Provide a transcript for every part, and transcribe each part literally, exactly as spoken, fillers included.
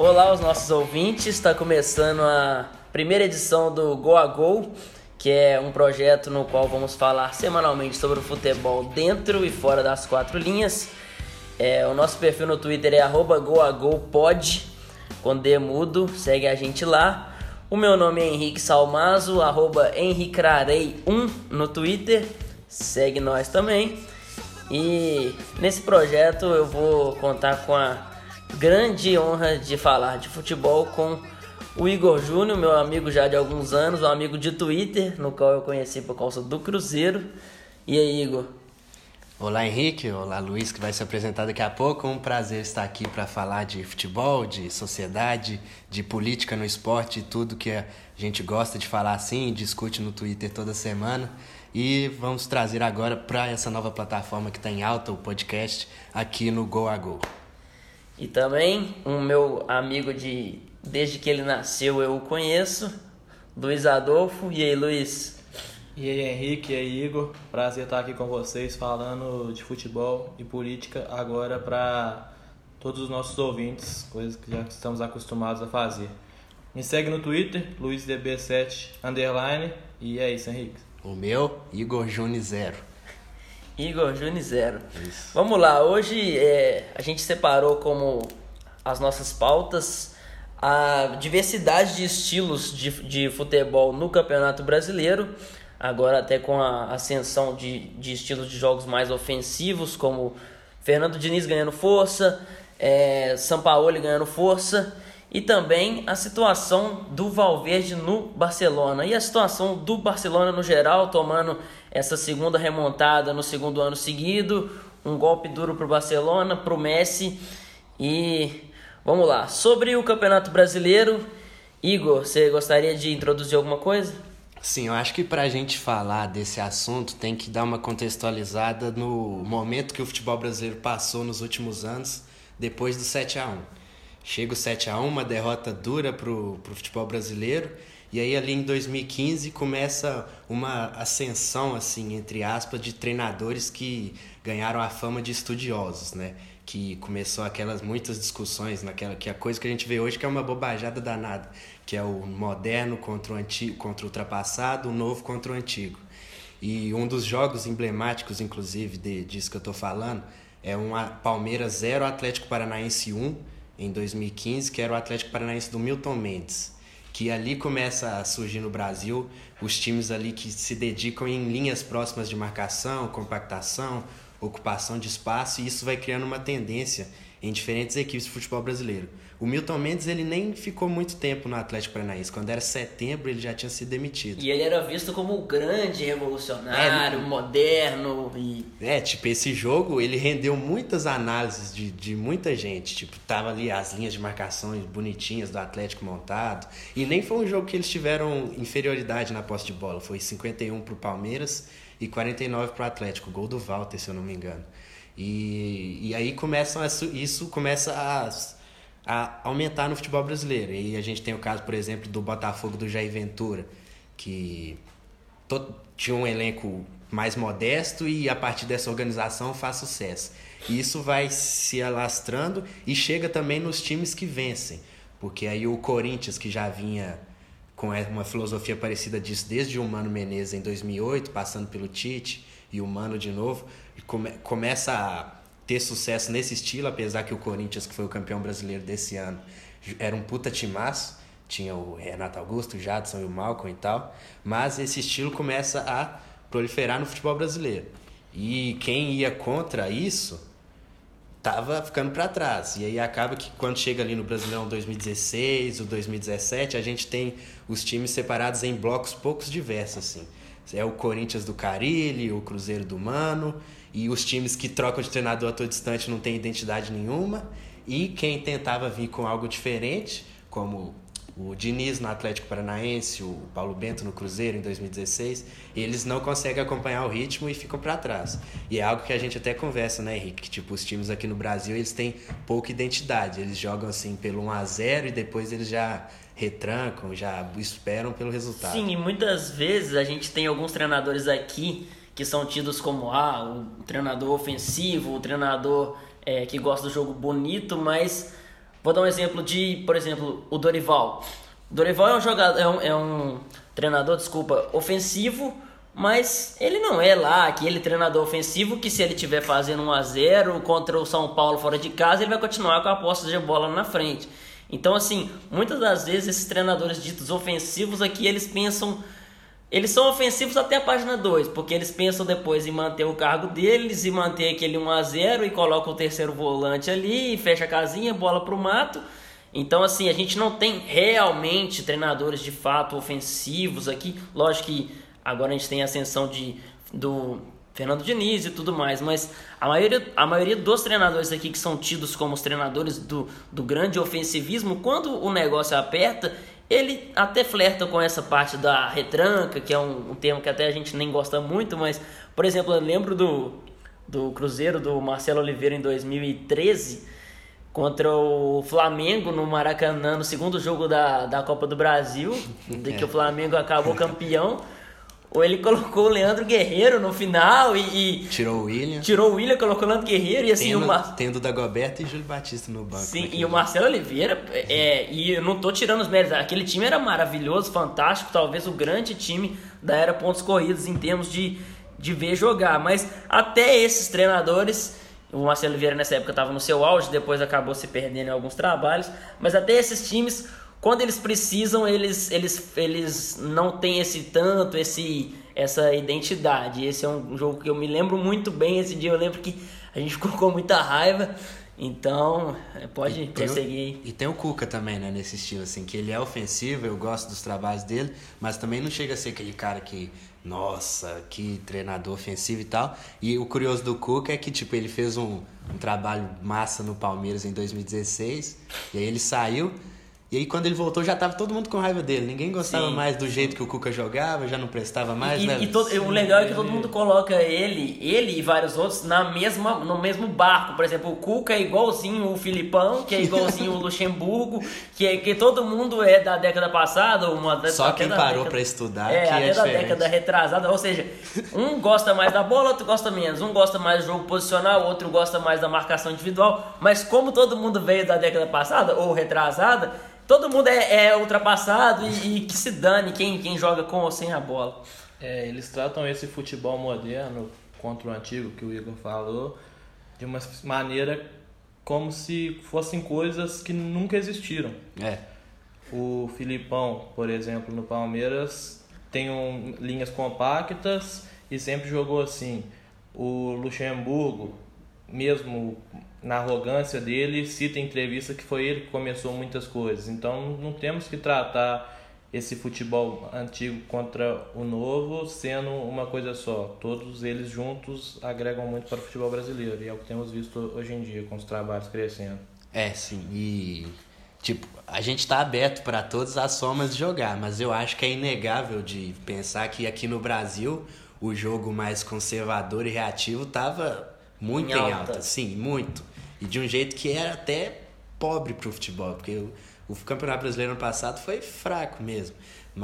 Olá, os nossos ouvintes. Está começando a primeira edição do Go a Go, que é um projeto no qual vamos falar semanalmente sobre o futebol dentro e fora das quatro linhas. É, o nosso perfil no Twitter é arroba goagopod, com D mudo, segue a gente lá. O meu nome é Henrique Salmazo, arroba henricrarei um no Twitter, segue nós também. E nesse projeto eu vou contar com a grande honra de falar de futebol com o Igor Júnior, meu amigo já de alguns anos, um amigo de Twitter, no qual eu conheci por causa do Cruzeiro. E aí, Igor? Olá, Henrique. Olá, Luiz, que vai se apresentar daqui a pouco. Um prazer estar aqui para falar de futebol, de sociedade, de política no esporte, tudo que a gente gosta de falar assim, discute no Twitter toda semana. E vamos trazer agora para essa nova plataforma que está em alta, o podcast, aqui no Go a Go. E também um meu amigo de desde que ele nasceu eu o conheço, Luiz Adolfo. E aí, Luiz? E aí, Henrique, e aí, Igor, prazer estar aqui com vocês falando de futebol e política agora para todos os nossos ouvintes, coisas que já estamos acostumados a fazer. Me segue no Twitter, luiz d b sete underline, e é isso, Henrique. O meu, Igor Júnior Zero. Igor Júnior Zero. Isso. Vamos lá, hoje é, a gente separou como as nossas pautas a diversidade de estilos de, de futebol no Campeonato Brasileiro. Agora até com a ascensão de, de estilos de jogos mais ofensivos, como Fernando Diniz ganhando força, é, Sampaoli ganhando força, e também a situação do Valverde no Barcelona, e a situação do Barcelona no geral, tomando essa segunda remontada no segundo ano seguido, um golpe duro para o Barcelona, para o Messi. E vamos lá, sobre o Campeonato Brasileiro, Igor, você gostaria de introduzir alguma coisa? Sim, eu acho que para a gente falar desse assunto tem que dar uma contextualizada no momento que o futebol brasileiro passou nos últimos anos, depois do sete a um. Chega o sete a um, uma derrota dura para o futebol brasileiro, e aí ali em dois mil e quinze começa uma ascensão, assim, entre aspas, de treinadores que ganharam a fama de estudiosos, né? Que começou aquelas muitas discussões, naquela, que a coisa que a gente vê hoje que é uma bobajada danada, que é o moderno contra o antigo, contra o ultrapassado, o novo contra o antigo. E um dos jogos emblemáticos, inclusive, de, disso que eu estou falando, é um Palmeiras zero, Atlético Paranaense um, em dois mil e quinze, que era o Atlético Paranaense do Milton Mendes, que ali começa a surgir no Brasil os times ali que se dedicam em linhas próximas de marcação, compactação, ocupação de espaço, e isso vai criando uma tendência em diferentes equipes de futebol brasileiro. O Milton Mendes, ele nem ficou muito tempo no Atlético Paranaense. Quando era setembro, ele já tinha sido demitido. E ele era visto como o grande revolucionário, é, moderno e... É, tipo, esse jogo, ele rendeu muitas análises de, de muita gente. Tipo, tava ali as linhas de marcação bonitinhas do Atlético montado. E nem foi um jogo que eles tiveram inferioridade na posse de bola. Foi cinquenta e um pro Palmeiras e quarenta e nove pro Atlético. Gol do Walter, se eu não me engano. E, e aí começam a, isso começa a... a aumentar no futebol brasileiro. E a gente tem o caso, por exemplo, do Botafogo do Jair Ventura, que to- tinha um elenco mais modesto e a partir dessa organização faz sucesso. E isso vai se alastrando e chega também nos times que vencem, porque aí o Corinthians, que já vinha com uma filosofia parecida disso desde o Mano Menezes em dois mil e oito, passando pelo Tite e o Mano de novo, come- começa a ter sucesso nesse estilo, apesar que o Corinthians, que foi o campeão brasileiro desse ano, era um puta timaço, tinha o Renato Augusto, o Jadson e o Malcom e tal, mas esse estilo começa a proliferar no futebol brasileiro. E quem ia contra isso tava ficando para trás. E aí acaba que quando chega ali no Brasileirão dois mil e dezesseis, o dois mil e dezessete, a gente tem os times separados em blocos poucos diversos, assim. É o Corinthians do Carille, o Cruzeiro do Mano, e os times que trocam de treinador a todo instante não tem identidade nenhuma, e quem tentava vir com algo diferente, como o Diniz no Atlético Paranaense, o Paulo Bento no Cruzeiro em dois mil e dezesseis, eles não conseguem acompanhar o ritmo e ficam para trás. E é algo que a gente até conversa, né, Henrique? Que, tipo, os times aqui no Brasil, eles têm pouca identidade, eles jogam assim pelo um a zero e depois eles já retrancam, já esperam pelo resultado. Sim, e muitas vezes a gente tem alguns treinadores aqui que são tidos como ah, o treinador ofensivo, o treinador é, que gosta do jogo bonito, mas Vou dar um exemplo de, por exemplo, o Dorival. O Dorival é um jogador, é um, é um treinador, desculpa, ofensivo, mas ele não é lá aquele treinador ofensivo que, se ele estiver fazendo um a zero contra o São Paulo fora de casa, ele vai continuar com a posse de bola na frente. Então, assim, muitas das vezes esses treinadores ditos ofensivos aqui, eles pensam... Eles são ofensivos até a página dois, porque eles pensam depois em manter o cargo deles e manter aquele um a zero e coloca o terceiro volante ali, fecha a casinha, bola pro mato. Então, assim, a gente não tem realmente treinadores de fato ofensivos aqui. Lógico que agora a gente tem a ascensão de, do Fernando Diniz e tudo mais, mas a maioria, a maioria dos treinadores aqui que são tidos como os treinadores do, do grande ofensivismo, quando o negócio aperta, ele até flerta com essa parte da retranca, que é um, um termo que até a gente nem gosta muito, mas, por exemplo, eu lembro do, do Cruzeiro, do Marcelo Oliveira em dois mil e treze, contra o Flamengo no Maracanã, no segundo jogo da, da Copa do Brasil, de que o Flamengo acabou campeão. Ou ele colocou o Leandro Guerreiro no final e... e tirou o William. Tirou o William, colocou o Leandro Guerreiro e assim... Tendo, o Mar... tendo o Dagoberto e Júlio Batista no banco. Sim, e o Marcelo Oliveira, é, e eu não tô tirando os méritos, aquele time era maravilhoso, fantástico, talvez o grande time da era pontos corridos em termos de, de ver jogar, mas até esses treinadores, o Marcelo Oliveira nessa época estava no seu auge, depois acabou se perdendo em alguns trabalhos, mas até esses times, quando eles precisam, eles, eles, eles não têm esse tanto, esse... essa identidade. Esse é um jogo que eu me lembro muito bem. Esse dia eu lembro que a gente ficou com muita raiva. Então, pode prosseguir. E tem o Cuca também, né, nesse estilo, assim, que ele é ofensivo, eu gosto dos trabalhos dele, mas também não chega a ser aquele cara que, nossa, que treinador ofensivo e tal. E o curioso do Cuca é que, tipo, ele fez um, um trabalho massa no Palmeiras em dois mil e dezesseis, e aí ele saiu. E aí, quando ele voltou, já tava todo mundo com raiva dele. Ninguém gostava Sim. mais do jeito que o Cuca jogava, já não prestava mais, e, né? E todo, o legal é que todo mundo coloca ele, ele e vários outros, na mesma, no mesmo barco. Por exemplo, o Cuca é igualzinho o Filipão, que é igualzinho o Luxemburgo, que, é, que todo mundo é da década passada. Uma, Só quem parou para estudar, é, que até é da diferente. década retrasada. Ou seja, um gosta mais da bola, outro gosta menos. Um gosta mais do jogo posicional, outro gosta mais da marcação individual. Mas como todo mundo veio da década passada, ou retrasada, todo mundo é, é ultrapassado e, e que se dane quem, quem joga com ou sem a bola. É, eles tratam esse futebol moderno contra o antigo, que o Igor falou, de uma maneira como se fossem coisas que nunca existiram. É. O Filipão, por exemplo, no Palmeiras, tem um, linhas compactas e sempre jogou assim. O Luxemburgo, mesmo na arrogância dele, cita em entrevista que foi ele que começou muitas coisas. Então não temos que tratar esse futebol antigo contra o novo sendo uma coisa só. Todos eles juntos agregam muito para o futebol brasileiro, e é o que temos visto hoje em dia com os trabalhos crescendo. É, sim, e tipo, a gente tá aberto para todas as formas de jogar, mas eu acho que é inegável de pensar que aqui no Brasil o jogo mais conservador e reativo tava muito em alta, em alta sim, muito. E de um jeito que era até pobre pro futebol, porque o, o Campeonato Brasileiro ano passado foi fraco mesmo.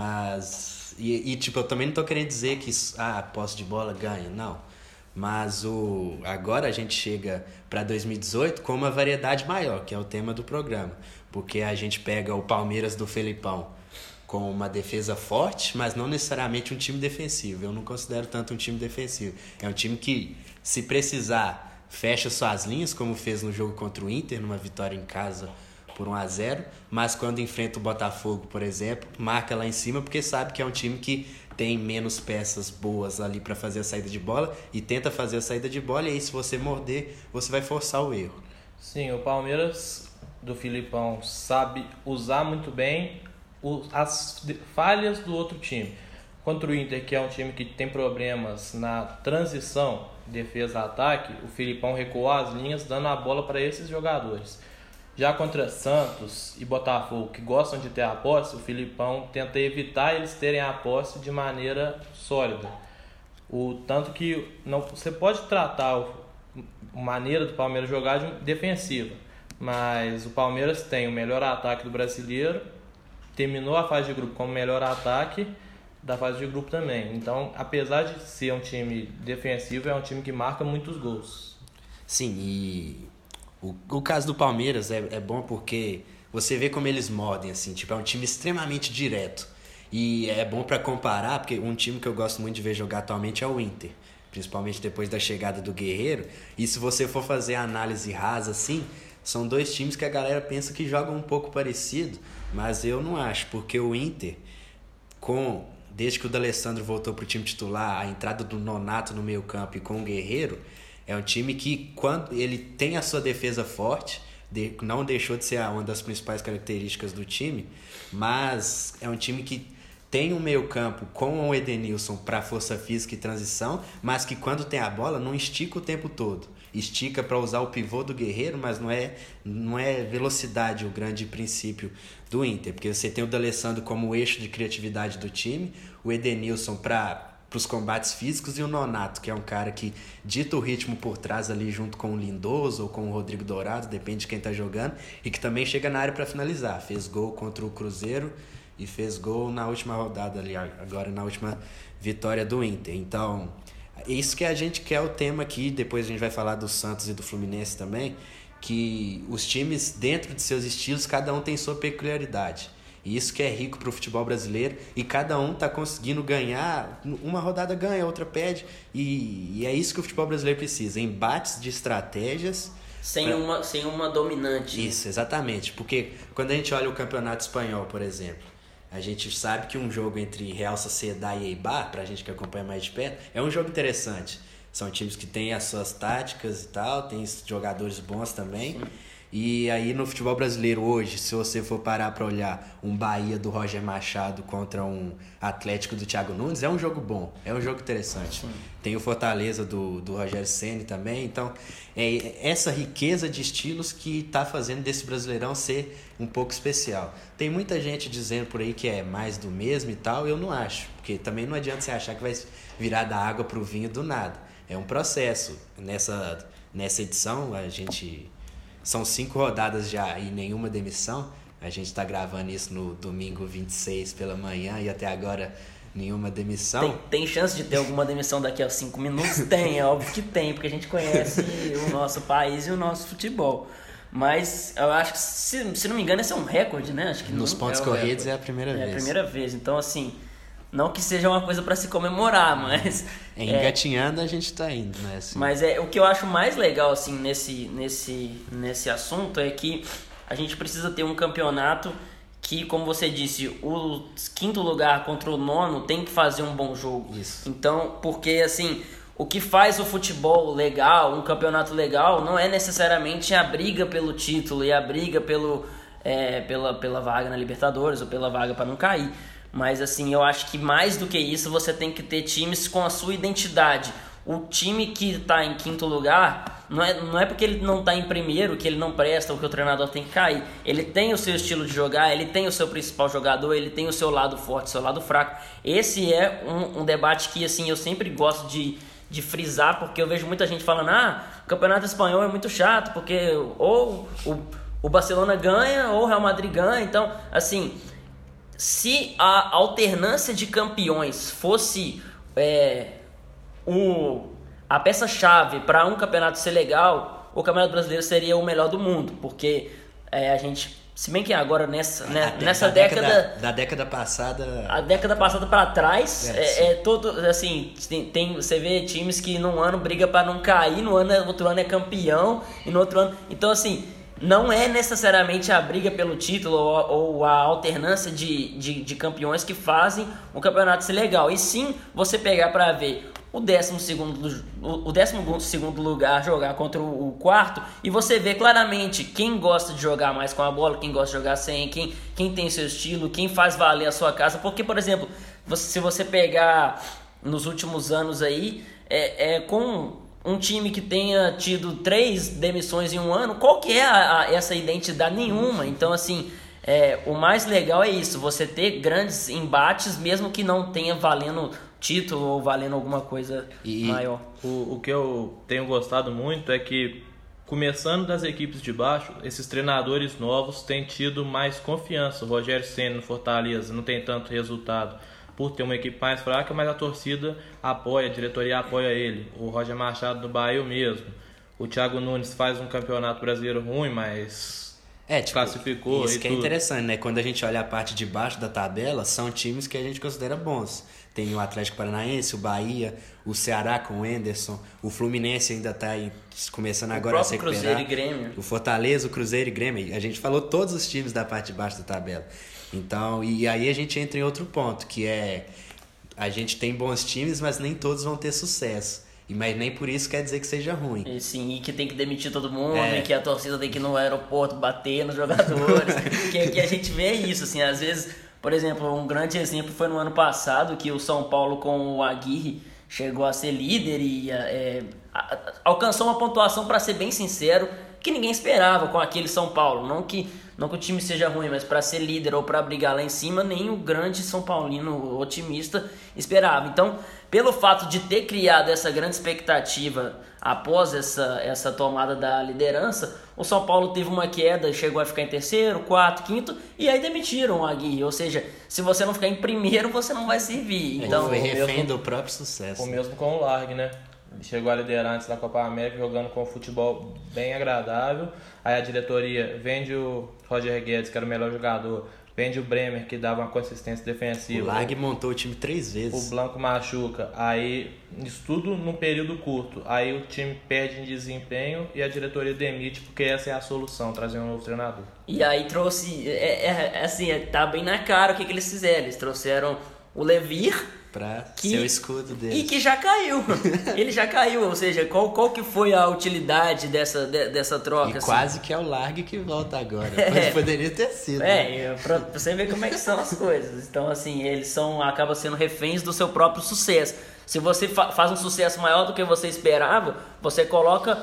Mas, e, e tipo, eu também não tô querendo dizer que ah, a posse de bola ganha, não. Mas o, agora a gente chega para dois mil e dezoito com uma variedade maior, que é o tema do programa. Porque a gente pega o Palmeiras do Felipão com uma defesa forte, mas não necessariamente um time defensivo. Eu não considero tanto um time defensivo. É um time que, se precisar, fecha suas linhas, como fez no jogo contra o Inter, numa vitória em casa por um a zero, mas quando enfrenta o Botafogo, por exemplo, marca lá em cima, porque sabe que é um time que tem menos peças boas ali para fazer a saída de bola e tenta fazer a saída de bola, e aí se você morder, você vai forçar o erro. Sim, o Palmeiras do Filipão sabe usar muito bem as falhas do outro time. Contra o Inter, que é um time que tem problemas na transição defesa-ataque, o Filipão recuou as linhas, dando a bola para esses jogadores. Já contra Santos e Botafogo, que gostam de ter a posse, o Filipão tenta evitar eles terem a posse de maneira sólida. O tanto que não, você pode tratar a maneira do Palmeiras jogar de defensiva, mas o Palmeiras tem o melhor ataque do brasileiro, terminou a fase de grupo com o melhor ataque da fase de grupo também. Então, apesar de ser um time defensivo, é um time que marca muitos gols. Sim, e O, o caso do Palmeiras é, é bom porque você vê como eles mordem, assim, tipo, é um time extremamente direto. E é bom pra comparar, porque um time que eu gosto muito de ver jogar atualmente é o Inter, principalmente depois da chegada do Guerreiro. E se você for fazer a análise rasa, assim, são dois times que a galera pensa que jogam um pouco parecido, mas eu não acho, porque o Inter, com, desde que o D'Alessandro voltou pro time titular, a entrada do Nonato no meio campo e com o Guerreiro, é um time que, quando ele tem a sua defesa forte, de, não deixou de ser uma das principais características do time, mas é um time que tem um meio campo com o Edenilson para força física e transição, mas que quando tem a bola não estica o tempo todo. Estica para usar o pivô do Guerreiro, mas não é, não é velocidade o grande princípio do Inter, porque você tem o D'Alessandro como eixo de criatividade do time, o Edenilson para os combates físicos e o Nonato, que é um cara que dita o ritmo por trás ali junto com o Lindoso ou com o Rodrigo Dourado, depende de quem está jogando, e que também chega na área para finalizar. Fez gol contra o Cruzeiro e fez gol na última rodada ali, agora na última vitória do Inter. Então, isso que a gente quer o tema aqui, depois a gente vai falar do Santos e do Fluminense também, que os times, dentro de seus estilos, cada um tem sua peculiaridade. E isso que é rico para o futebol brasileiro, e cada um está conseguindo ganhar, uma rodada ganha, outra perde, e, e é isso que o futebol brasileiro precisa, embates de estratégias. Sem, pra... uma, sem uma dominante. Isso, exatamente, porque quando a gente olha o Campeonato Espanhol, por exemplo, a gente sabe que um jogo entre Real Sociedad e Eibar, pra gente que acompanha mais de perto, é um jogo interessante. São times que têm as suas táticas e tal, tem jogadores bons também. Sim. E aí no futebol brasileiro hoje, se você for parar para olhar um Bahia do Roger Machado contra um Atlético do Thiago Nunes, é um jogo bom, é um jogo interessante. Sim. Tem o Fortaleza do, do Rogério Ceni também, então é essa riqueza de estilos que está fazendo desse Brasileirão ser um pouco especial. Tem muita gente dizendo por aí que é mais do mesmo e tal, eu não acho, porque também não adianta você achar que vai virar da água para o vinho do nada. É um processo. Nessa, nessa edição, a gente... São cinco rodadas já e nenhuma demissão. A gente está gravando isso no domingo vinte e seis pela manhã e até agora nenhuma demissão. Tem, tem chance de ter alguma demissão daqui a cinco minutos? Tem, é óbvio que tem, porque a gente conhece o nosso país e o nosso futebol. Mas eu acho que, se, se não me engano, esse é um recorde, né? Acho que Nos não, pontos é corridos é a primeira é vez. É a primeira vez. Então, assim, não que seja uma coisa para se comemorar, mas... É, engatinhando, é, a gente tá indo, né? Assim. Mas é, o que eu acho mais legal, assim, nesse, nesse, nesse assunto é que a gente precisa ter um campeonato que, como você disse, o quinto lugar contra o nono tem que fazer um bom jogo. Isso. Então, porque, assim, o que faz o futebol legal, um campeonato legal, não é necessariamente a briga pelo título e a briga pelo, é, pela, pela vaga na Libertadores ou pela vaga para não cair. Mas assim, eu acho que mais do que isso, você tem que ter times com a sua identidade. O time que está em quinto lugar, não é, não é porque ele não está em primeiro que ele não presta ou que o treinador tem que cair. Ele tem o seu estilo de jogar, ele tem o seu principal jogador, ele tem o seu lado forte, o seu lado fraco. Esse é um, um debate que assim, eu sempre gosto de, de frisar, porque eu vejo muita gente falando, ah, o campeonato espanhol é muito chato, porque ou o, o Barcelona ganha ou o Real Madrid ganha. Então, assim... Se a alternância de campeões fosse é, o, a peça-chave para um campeonato ser legal, o Campeonato Brasileiro seria o melhor do mundo, porque é, a gente, se bem que agora nessa, né, a, nessa da década, década da década passada, a década passada para trás, é, é, é todo assim, tem, tem, você vê times que num ano briga para não cair, no ano, outro ano é campeão e no outro ano, então assim. Não é necessariamente a briga pelo título ou, ou a alternância de, de, de campeões que fazem o campeonato ser legal. E sim, você pegar para ver o décimo segundo, o décimo segundo lugar jogar contra o, o quarto e você vê claramente quem gosta de jogar mais com a bola, quem gosta de jogar sem, quem, quem tem seu estilo, quem faz valer a sua casa. Porque, por exemplo, você, se você pegar nos últimos anos aí, é, é com... um time que tenha tido três demissões em um ano, qual que é a, a, essa identidade? Nenhuma. Então, assim, é, o mais legal é isso, você ter grandes embates, mesmo que não tenha valendo título ou valendo alguma coisa e, maior. O, o que eu tenho gostado muito é que, começando das equipes de baixo, esses treinadores novos têm tido mais confiança. O Rogério Ceni no Fortaleza não tem tanto resultado por ter uma equipe mais fraca, mas a torcida apoia, a diretoria apoia ele. O Roger Machado do Bahia mesmo. o Thiago Nunes faz um campeonato brasileiro ruim, mas É, tipo, classificou isso e que é tudo. interessante, né? Quando a gente olha a parte de baixo da tabela, são times que a gente considera bons. Tem o Atlético Paranaense, o Bahia, o Ceará com o Enderson, o Fluminense ainda está aí começando agora a se recuperar. O próprio Cruzeiro e Grêmio. O Fortaleza, o Cruzeiro e Grêmio. A gente falou todos os times da parte de baixo da tabela. Então, e aí a gente entra em outro ponto, que é a gente tem bons times, mas nem todos vão ter sucesso. E mas nem por isso quer dizer que seja ruim. E sim, e que tem que demitir todo mundo, É. e que a torcida tem que ir no aeroporto bater nos jogadores. que, que a gente vê isso, assim, às vezes, por exemplo, um grande exemplo foi no ano passado, que o São Paulo com o Aguirre chegou a ser líder e é, a, a, alcançou uma pontuação, para ser bem sincero, que ninguém esperava com aquele São Paulo. Não que, não que o time seja ruim, mas para ser líder ou para brigar lá em cima, nem o grande São Paulino otimista esperava. Então, pelo fato de ter criado essa grande expectativa após essa, essa tomada da liderança, o São Paulo teve uma queda, chegou a ficar em terceiro, quarto, quinto, e aí demitiram o Aguirre. Ou seja, se você não ficar em primeiro, você não vai servir. Então, Ele foi refém mesmo- do próprio sucesso. O mesmo com o Largue, né? Ele chegou a liderar antes da Copa América, jogando com um futebol bem agradável. Aí a diretoria vende o Roger Guedes, que era o melhor jogador, vende o Bremer, que dava uma consistência defensiva. O Largue montou o time três O vezes. Blanco machuca, aí isso tudo num período curto. Aí o time perde em desempenho e a diretoria demite, porque essa é a solução, trazer um novo treinador. E aí trouxe, é, é, é assim, é, tá bem na cara o que, que eles fizeram. Eles trouxeram o Levir, Pra que- ser o escudo dele. e que já caiu. Ele já caiu, ou seja, qual, qual que foi a utilidade dessa, de- dessa troca? E assim? quase que é o Largue que volta agora. É. Mas poderia ter sido. né? É, pra, pra você ver como é que são as coisas. Então, assim, eles são, acabam sendo reféns do seu próprio sucesso. Se você fa- faz um sucesso maior do que você esperava, você coloca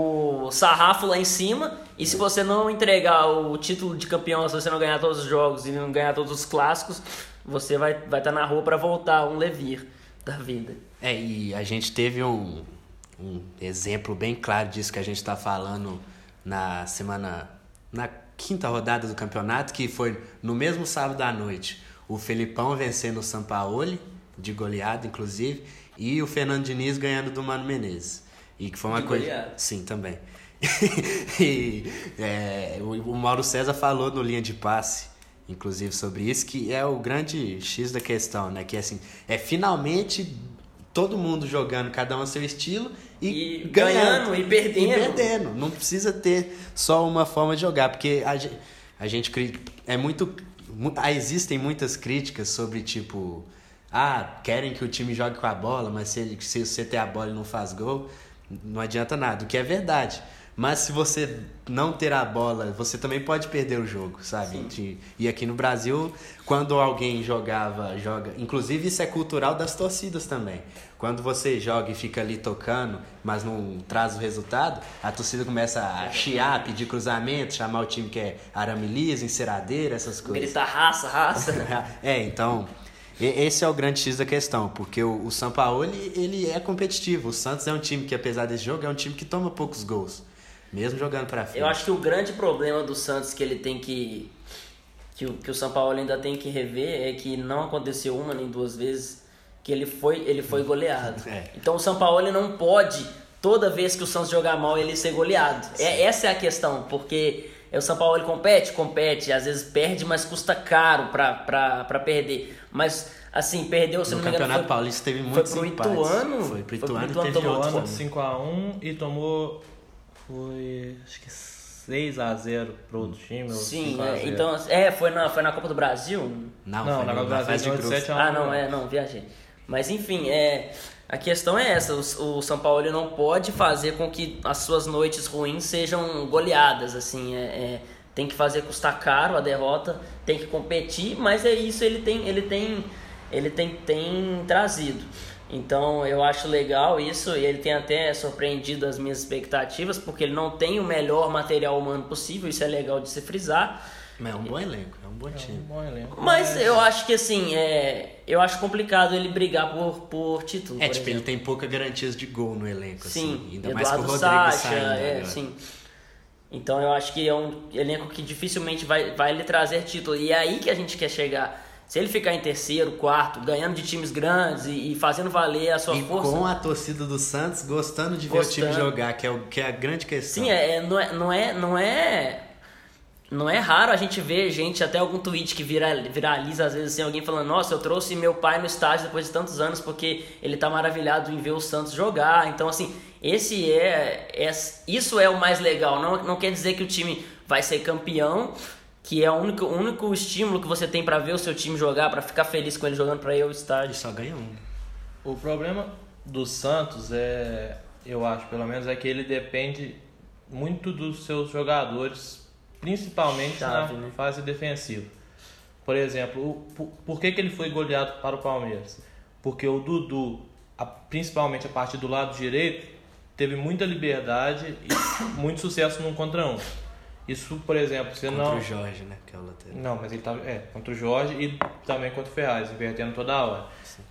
o sarrafo lá em cima, e se você não entregar o título de campeão, se você não ganhar todos os jogos e não ganhar todos os clássicos, você vai estar vai tá na rua para voltar um Levir da vida. É, e a gente teve um, um exemplo bem claro disso que a gente está falando na semana, na quinta rodada do campeonato, que foi no mesmo sábado à noite, o Felipão vencendo o Sampaoli, de goleada inclusive, e o Fernando Diniz ganhando do Mano Menezes. E que foi uma De coisa. goleada. Sim, também. e é, o, o Mauro César falou no Linha de Passe, inclusive, sobre isso, que é o grande X da questão, né? Que assim, é finalmente todo mundo jogando, cada um a seu estilo, e, E ganhando, e perdendo. E perdendo. Não precisa ter só uma forma de jogar, porque a, ge- a gente cri- é muito. mu- ah, Existem muitas críticas sobre tipo. Ah, querem que o time jogue com a bola, mas se, ele- se você ter a bola e não faz gol, não adianta nada, o que é verdade. Mas se você não ter a bola, você também pode perder o jogo, sabe? De- E aqui no Brasil, quando alguém jogava, joga. Inclusive, isso é cultural das torcidas também. Quando você joga e fica ali tocando, mas não traz o resultado, a torcida começa a chiar, pedir cruzamento, chamar o time que é arame liso, enceradeira, essas coisas. Gritar raça, raça. É, então, e- esse é o grande X da questão, porque o, o Sampaoli, ele é competitivo. O Santos é um time que, apesar desse jogo, é um time que toma poucos gols, mesmo jogando pra frente. Eu acho que o grande problema do Santos que ele tem que. Que o, que o São Paulo ainda tem que rever é que não aconteceu uma nem duas vezes que ele foi, ele foi goleado. É. Então o São Paulo não pode, toda vez que o Santos jogar mal, ele ser goleado. É, essa é a questão, porque o São Paulo compete, compete, às vezes perde, mas custa caro pra, pra, pra perder. Mas, assim, perdeu, se No não me engano, Campeonato foi, Paulista teve foi muitos pro empates. Ituano. Foi pro Foi pro Ituano e Ituano, teve tomou outro. Ituano cinco a um e tomou. Foi. Acho que seis a zero pro outro time. Ou Sim, cinco a é, zero. então, é, foi na, foi na Copa do Brasil. Não, Não, foi na no- Copa na do fase de Brasil grupos. sete a um. Ah, não, é, não, viajei. Mas enfim, é, a questão é essa, o, o São Paulo ele não pode fazer com que as suas noites ruins sejam goleadas, assim, é, é, tem que fazer custar caro a derrota, tem que competir, mas é isso ele tem, ele tem, ele tem, tem trazido. Então eu acho legal isso, e ele tem até surpreendido as minhas expectativas, porque ele não tem o melhor material humano possível, isso é legal de se frisar. Mas é um bom elenco, é um bom É um time. bom elenco. Mas eu acho que assim, é, eu acho complicado ele brigar por, por título. É, por tipo, ele exemplo. tem pouca garantias de gol no elenco, Sim, assim. Ainda mais com o Eduardo Rodrigo Sacha, saindo é, agora. sim. Então eu acho que é um elenco que dificilmente vai, vai lhe trazer título. E é aí que a gente quer chegar. Se ele ficar em terceiro, quarto, ganhando de times grandes e, e fazendo valer a sua e força... com a torcida do Santos gostando de Gostando. ver o time jogar, que é, o, que é a grande questão. Sim, é, não, é, não, é, não é... Não é raro a gente ver gente, até algum tweet que vira, viraliza, às vezes assim, alguém falando, nossa, eu trouxe meu pai no estádio depois de tantos anos porque ele tá maravilhado em ver o Santos jogar. Então, assim, esse é, é isso é o mais legal. Não, não quer dizer que o time vai ser campeão, que é o único, o único estímulo que você tem pra ver o seu time jogar, pra ficar feliz com ele jogando, pra ir ao estádio. E só ganha um. O problema do Santos é, eu acho, pelo menos, é que ele depende muito dos seus jogadores, principalmente Chave, na né? fase defensiva. Por exemplo, o, por, por que, que ele foi goleado para o Palmeiras? Porque o Dudu, a, principalmente a partir do lado direito, teve muita liberdade e muito sucesso num contra um. Isso, por exemplo, você Contra não... o Jorge, né? Que é o lateral. Não, mas ele tava... É, contra o Jorge e também contra o Ferraz, invertendo toda a hora. Sim.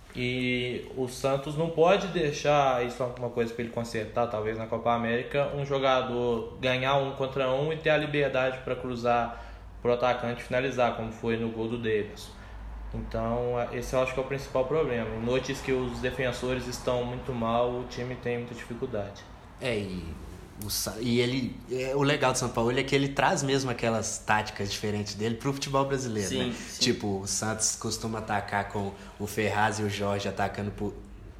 E o Santos não pode deixar, isso é uma coisa para ele consertar, talvez na Copa América, um jogador ganhar um contra um e ter a liberdade para cruzar pro atacante e finalizar, como foi no gol do Davidson. Então, esse eu acho que é o principal problema. Em noites que os defensores estão muito mal, o time tem muita dificuldade. É, e, o, Sa- e ele, é, o legal do São Paulo é que ele traz mesmo aquelas táticas diferentes dele pro futebol brasileiro, Sim, né? sim. Tipo, o Santos costuma atacar com o Ferraz e o Jorge atacando por...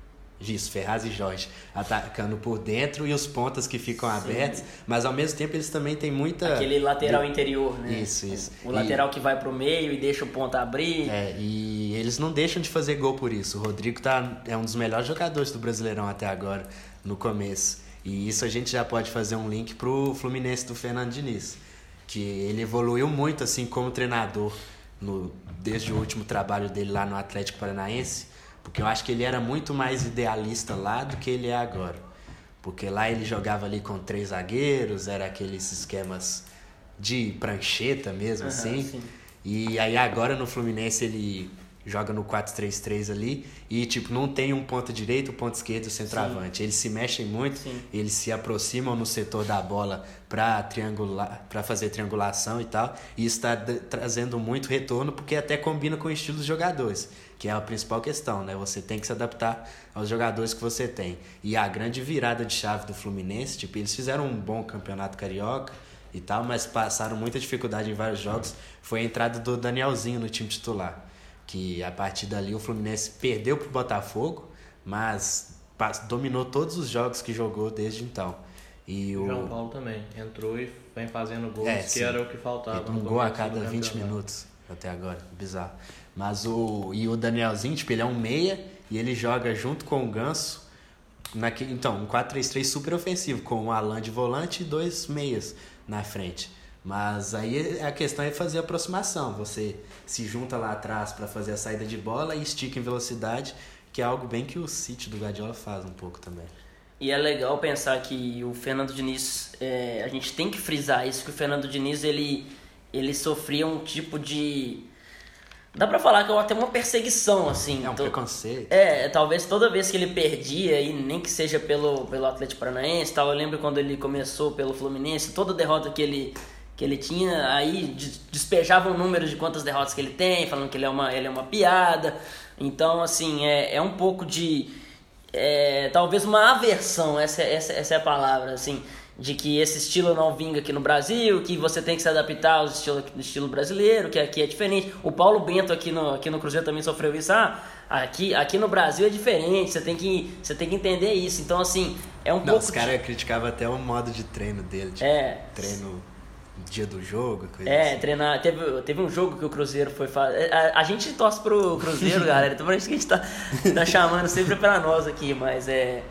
Isso, Ferraz e Jorge atacando por dentro e os pontas que ficam abertos, mas ao mesmo tempo eles também têm muita... Aquele lateral interior, né? Isso, isso. O, o E- lateral que vai pro meio e deixa o ponta abrir. É, e eles não deixam de fazer gol por isso. O Rodrigo tá, é um dos melhores jogadores do Brasileirão até agora, no começo. E isso a gente já pode fazer um link pro Fluminense do Fernando Diniz, que ele evoluiu muito assim como treinador no, desde o último trabalho dele lá no Atlético Paranaense, porque eu acho que ele era muito mais idealista lá do que ele é agora. Porque lá ele jogava ali com três zagueiros, era aqueles esquemas de prancheta mesmo, Aham, assim. sim. E aí agora no Fluminense ele joga no quatro três três ali e tipo não tem um ponta direito, um ponta esquerdo e o centroavante. Eles se mexem muito, Sim. eles se aproximam no setor da bola para triangular, para fazer triangulação e tal. E isso está trazendo muito retorno porque até combina com o estilo dos jogadores, que é a principal questão, né? Você tem que se adaptar aos jogadores que você tem. E a grande virada de chave do Fluminense, tipo, eles fizeram um bom campeonato carioca e tal, mas passaram muita dificuldade em vários jogos. Foi a entrada do Danielzinho no time titular, que a partir dali o Fluminense perdeu pro Botafogo, mas pas- dominou todos os jogos que jogou desde então. E O o João Paulo também entrou e vem fazendo gols, É, que sim. era o que faltava. um no gol a começo cada do vinte campeonato. minutos até agora, bizarro. Mas o e o Danielzinho, tipo, ele é um meia e ele joga junto com o Ganso naquele, então, um quatro três três super ofensivo, com o Alan de volante e dois meias na frente. Mas aí a questão é fazer a aproximação. Você se junta lá atrás para fazer a saída de bola e estica em velocidade, que é algo bem que o City do Guardiola faz um pouco também. E é legal pensar que o Fernando Diniz, é, a gente tem que frisar isso, que o Fernando Diniz, ele, ele sofria um tipo de... Dá pra falar que é até uma perseguição, assim. É um Então, preconceito. É, talvez toda vez que ele perdia, e nem que seja pelo, pelo Atlético Paranaense, tal, eu lembro quando ele começou pelo Fluminense, toda derrota que ele, que ele tinha, aí des- despejavam números de quantas derrotas que ele tem, falando que ele é uma, ele é uma piada. Então, assim, é, é um pouco de... É, talvez uma aversão, essa, essa, essa é a palavra, assim, de que esse estilo não vinga aqui no Brasil, que você tem que se adaptar ao estilo, estilo brasileiro, que aqui é diferente. O Paulo Bento aqui no, aqui no Cruzeiro também sofreu isso. Ah, aqui, aqui no Brasil é diferente, você tem, que, você tem que entender isso. Então, assim, é um Não, pouco... os caras criticavam até o modo de treino dele, tipo, É. treino no dia do jogo, coisa É, assim. treinar. Teve, teve um jogo que o Cruzeiro foi fazer. A, a gente torce pro Cruzeiro, galera. Então por isso que a gente tá, tá chamando sempre pra nós aqui, mas é.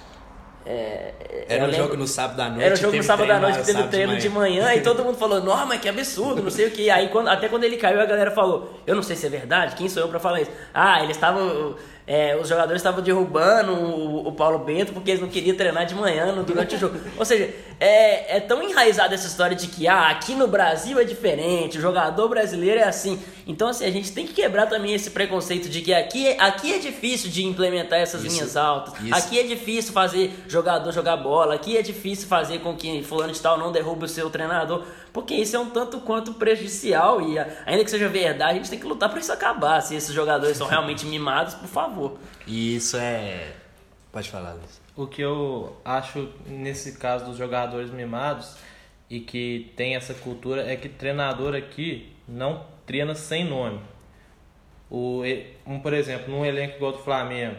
é Era eu um lembro- jogo no sábado à noite. Era um jogo no teve sábado à treino noite lá que teve sábado treino de manhã e todo mundo falou, nossa, mas que absurdo, não sei o que. Aí quando, até quando ele caiu, a galera falou, eu não sei se é verdade, quem sou eu pra falar isso? Ah, eles estavam. É, os jogadores estavam derrubando o, o Paulo Bento porque eles não queriam treinar de manhã no- durante o jogo. Ou seja, é, é tão enraizada essa história de que ah, aqui no Brasil é diferente, o jogador brasileiro é assim. Então, assim, a gente tem que quebrar também esse preconceito de que aqui, é- aqui é difícil de implementar essas Isso, linhas altas. isso. Aqui é difícil fazer jogador jogar bola. Aqui é difícil fazer com que fulano de tal não derrube o seu treinador. porque isso é um tanto quanto prejudicial e ainda que seja verdade, a gente tem que lutar para isso acabar. Se esses jogadores são realmente mimados, por favor. E isso é... Pode falar, Luiz. O que eu acho nesse caso dos jogadores mimados e que tem essa cultura é que treinador aqui não treina sem nome. O, um, por exemplo, num elenco igual do Flamengo,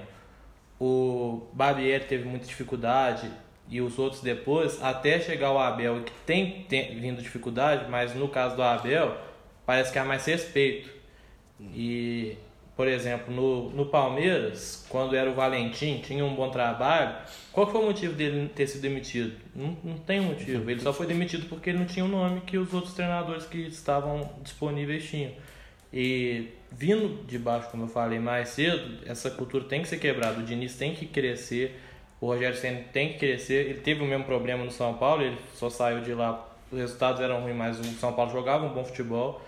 o Barbieri teve muita dificuldade e os outros depois, até chegar o Abel, que tem, tem vindo dificuldade, mas no caso do Abel, parece que há mais respeito. E, por exemplo, no, no Palmeiras, quando era o Valentim, tinha um bom trabalho, qual foi o motivo dele ter sido demitido? Não, não tem um motivo, ele só foi demitido porque ele não tinha o nome que os outros treinadores que estavam disponíveis tinham. E vindo de baixo, como eu falei mais cedo, essa cultura tem que ser quebrada. O Diniz tem que crescer, o Rogério Ceni tem que crescer. Ele teve o mesmo problema no São Paulo, ele só saiu de lá, os resultados eram ruins, mas o São Paulo jogava um bom futebol.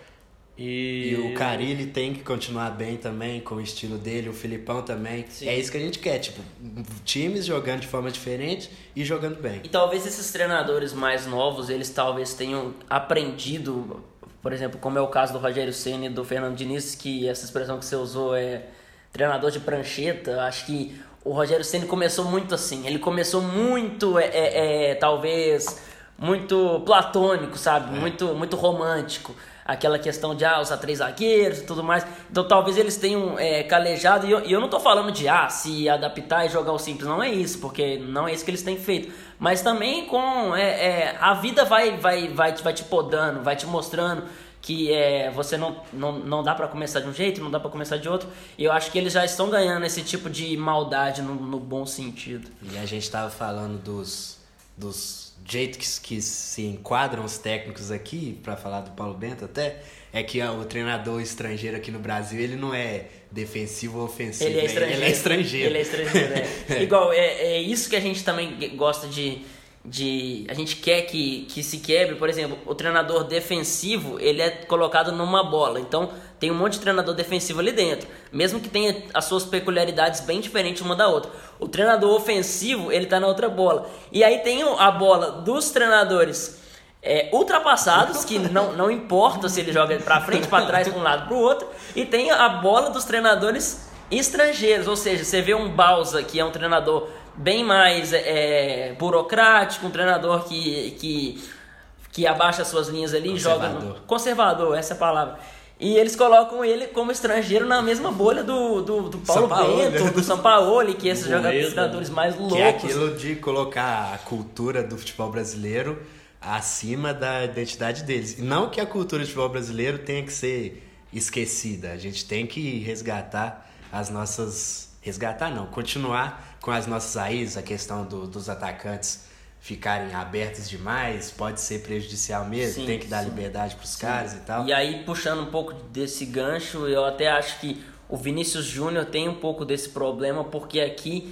E, e o Carille tem que continuar bem também, com o estilo dele, o Filipão também. Sim. É isso que a gente quer, tipo, times jogando de forma diferente e jogando bem. E talvez esses treinadores mais novos, eles talvez tenham aprendido... Por exemplo, como é o caso do Rogério Ceni e do Fernando Diniz, que essa expressão que você usou é treinador de prancheta. Acho que o Rogério Ceni começou muito assim. Ele começou muito, é, é, é, talvez, muito platônico, sabe? É. Muito, muito romântico. Aquela questão de ah, usar três zagueiros e tudo mais. Então talvez eles tenham é, calejado. E eu, e eu não tô falando de ah, se adaptar e jogar o simples. Não é isso, porque não é isso que eles têm feito. Mas também com é, é, a vida vai, vai, vai, vai te podando, vai te mostrando que é, você não, não, não dá pra começar de um jeito, não dá pra começar de outro. E eu acho que eles já estão ganhando esse tipo de maldade no, no bom sentido. E a gente tava falando dos, dos jeitos que, que se enquadram os técnicos aqui, pra falar do Paulo Bento até, é que ó, o treinador estrangeiro aqui no Brasil, ele não é defensivo ou ofensivo, ele é estrangeiro. Ele é estrangeiro, ele é estrangeiro é. Igual, é, é isso que a gente também gosta de... de a gente quer que, que se quebre. Por exemplo, o treinador defensivo, ele é colocado numa bola. Então, tem um monte de treinador defensivo ali dentro, mesmo que tenha as suas peculiaridades bem diferentes uma da outra. O treinador ofensivo, ele tá na outra bola. E aí tem a bola dos treinadores é, ultrapassados, que não, não importa se ele joga pra frente, pra trás, pra um lado, pro outro. E tem a bola dos treinadores estrangeiros, ou seja, você vê um Bausa, que é um treinador bem mais é, burocrático, um treinador que, que, que abaixa as suas linhas ali e joga no... Conservador, essa é a palavra. E eles colocam ele como estrangeiro na mesma bolha do, do, do Paulo Bento, do Sampaoli, que esses jogadores, treinadores mais loucos. Que é aquilo de colocar a cultura do futebol brasileiro acima da identidade deles. Não que a cultura do futebol brasileiro tenha que ser esquecida. A gente tem que resgatar as nossas... Resgatar não, continuar com as nossas raízes. A questão do, dos atacantes ficarem abertos demais pode ser prejudicial mesmo. Sim, tem que dar sim. liberdade pros sim. caras e tal. E aí, puxando um pouco desse gancho, eu até acho que o Vinícius Júnior tem um pouco desse problema, porque aqui,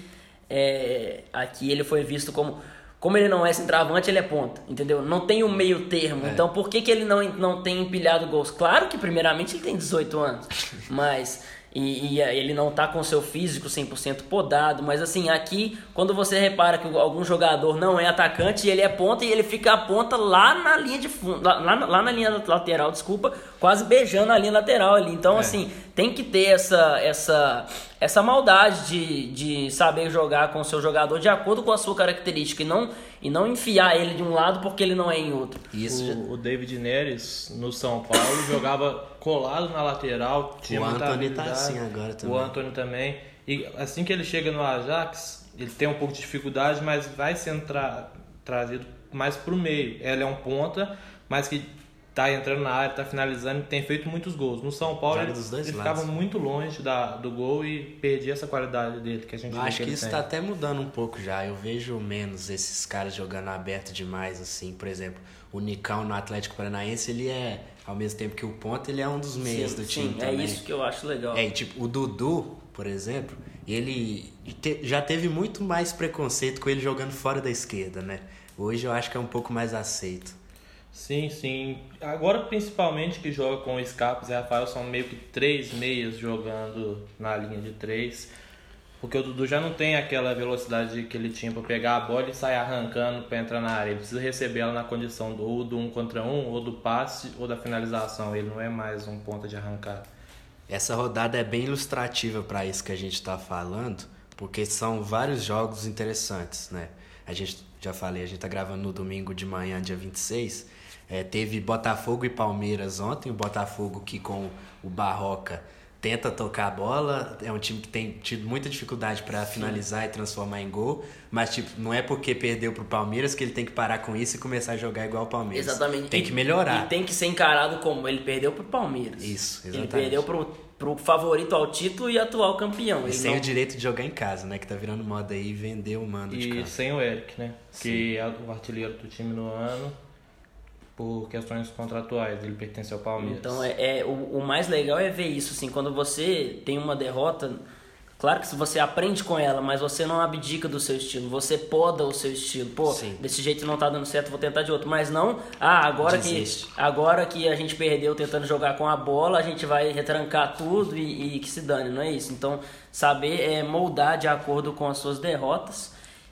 é, aqui ele foi visto como... Como ele não é centroavante, ele é ponta, entendeu? Não tem o meio termo. É. Então, por que, que ele não, não tem empilhado gols? Claro que, primeiramente, ele tem dezoito anos, mas... E, e ele não tá com seu físico cem por cento podado, mas assim, aqui, quando você repara que algum jogador não é atacante, ele é ponta e ele fica a ponta lá na linha de fundo, lá, lá, lá na linha lateral, desculpa, quase beijando a linha lateral ali. Então, é. assim, tem que ter essa, essa, essa maldade de, de saber jogar com o seu jogador de acordo com a sua característica e não, e não enfiar ele de um lado porque ele não é em outro. Isso. O, o David Neres, no São Paulo, jogava colado na lateral. Tinha o Antony tá assim agora também. O Antony também. E assim que ele chega no Ajax, ele tem um pouco de dificuldade, mas vai sendo tra- trazido mais pro meio. Ele é um ponta, mas que tá entrando na área, tá finalizando e tem feito muitos gols. No São Paulo ele, ele ficava muito longe da, do gol e perdia essa qualidade dele que a gente Eu acho que, que isso tem. Tá até mudando um pouco já. Eu vejo menos esses caras jogando aberto demais, assim. Por exemplo, o Nicão no Atlético Paranaense, ele é, ao mesmo tempo que o ponta, ele é um dos meias sim, do time sim, também. É isso que eu acho legal. É, tipo, o Dudu, por exemplo, ele te, já teve muito mais preconceito com ele jogando fora da esquerda, né? Hoje eu acho que é um pouco mais aceito. Sim, sim. Agora, principalmente, que joga com o Scarpa e Rafael, são meio que três meias jogando na linha de três. Porque o Dudu já não tem aquela velocidade que ele tinha pra pegar a bola e sair arrancando pra entrar na área. Ele precisa receber ela na condição do, ou do um contra um, ou do passe, ou da finalização. Ele não é mais um ponta de arrancada. Essa rodada é bem ilustrativa para isso que a gente está falando, porque são vários jogos interessantes, né? A gente, já falei, a gente tá gravando no domingo de manhã, dia vinte e seis. É, teve Botafogo e Palmeiras ontem. O Botafogo que com o Barroca tenta tocar a bola, é um time que tem tido muita dificuldade para finalizar e transformar em gol, mas tipo, não é porque perdeu pro Palmeiras que ele tem que parar com isso e começar a jogar igual o Palmeiras. Exatamente. Tem e, que melhorar. E tem que ser encarado como ele perdeu pro Palmeiras. Isso, exatamente. Ele perdeu pro, pro favorito ao título e atual campeão. E ele sem não... o direito de jogar em casa, né? Que tá virando moda aí, vender o mando e de campo. E sem o Eric, né? Sim. Que é o artilheiro do time no ano. Por questões contratuais, ele pertence ao Palmeiras. Então, é, é o, o mais legal é ver isso, assim, quando você tem uma derrota, claro que você aprende com ela, mas você não abdica do seu estilo, você poda o seu estilo. Pô, Sim. desse jeito não tá dando certo, vou tentar de outro. Mas não, ah, agora que, agora que a gente perdeu tentando jogar com a bola, a gente vai retrancar tudo e, e que se dane, não é isso. Então, saber é moldar de acordo com as suas derrotas.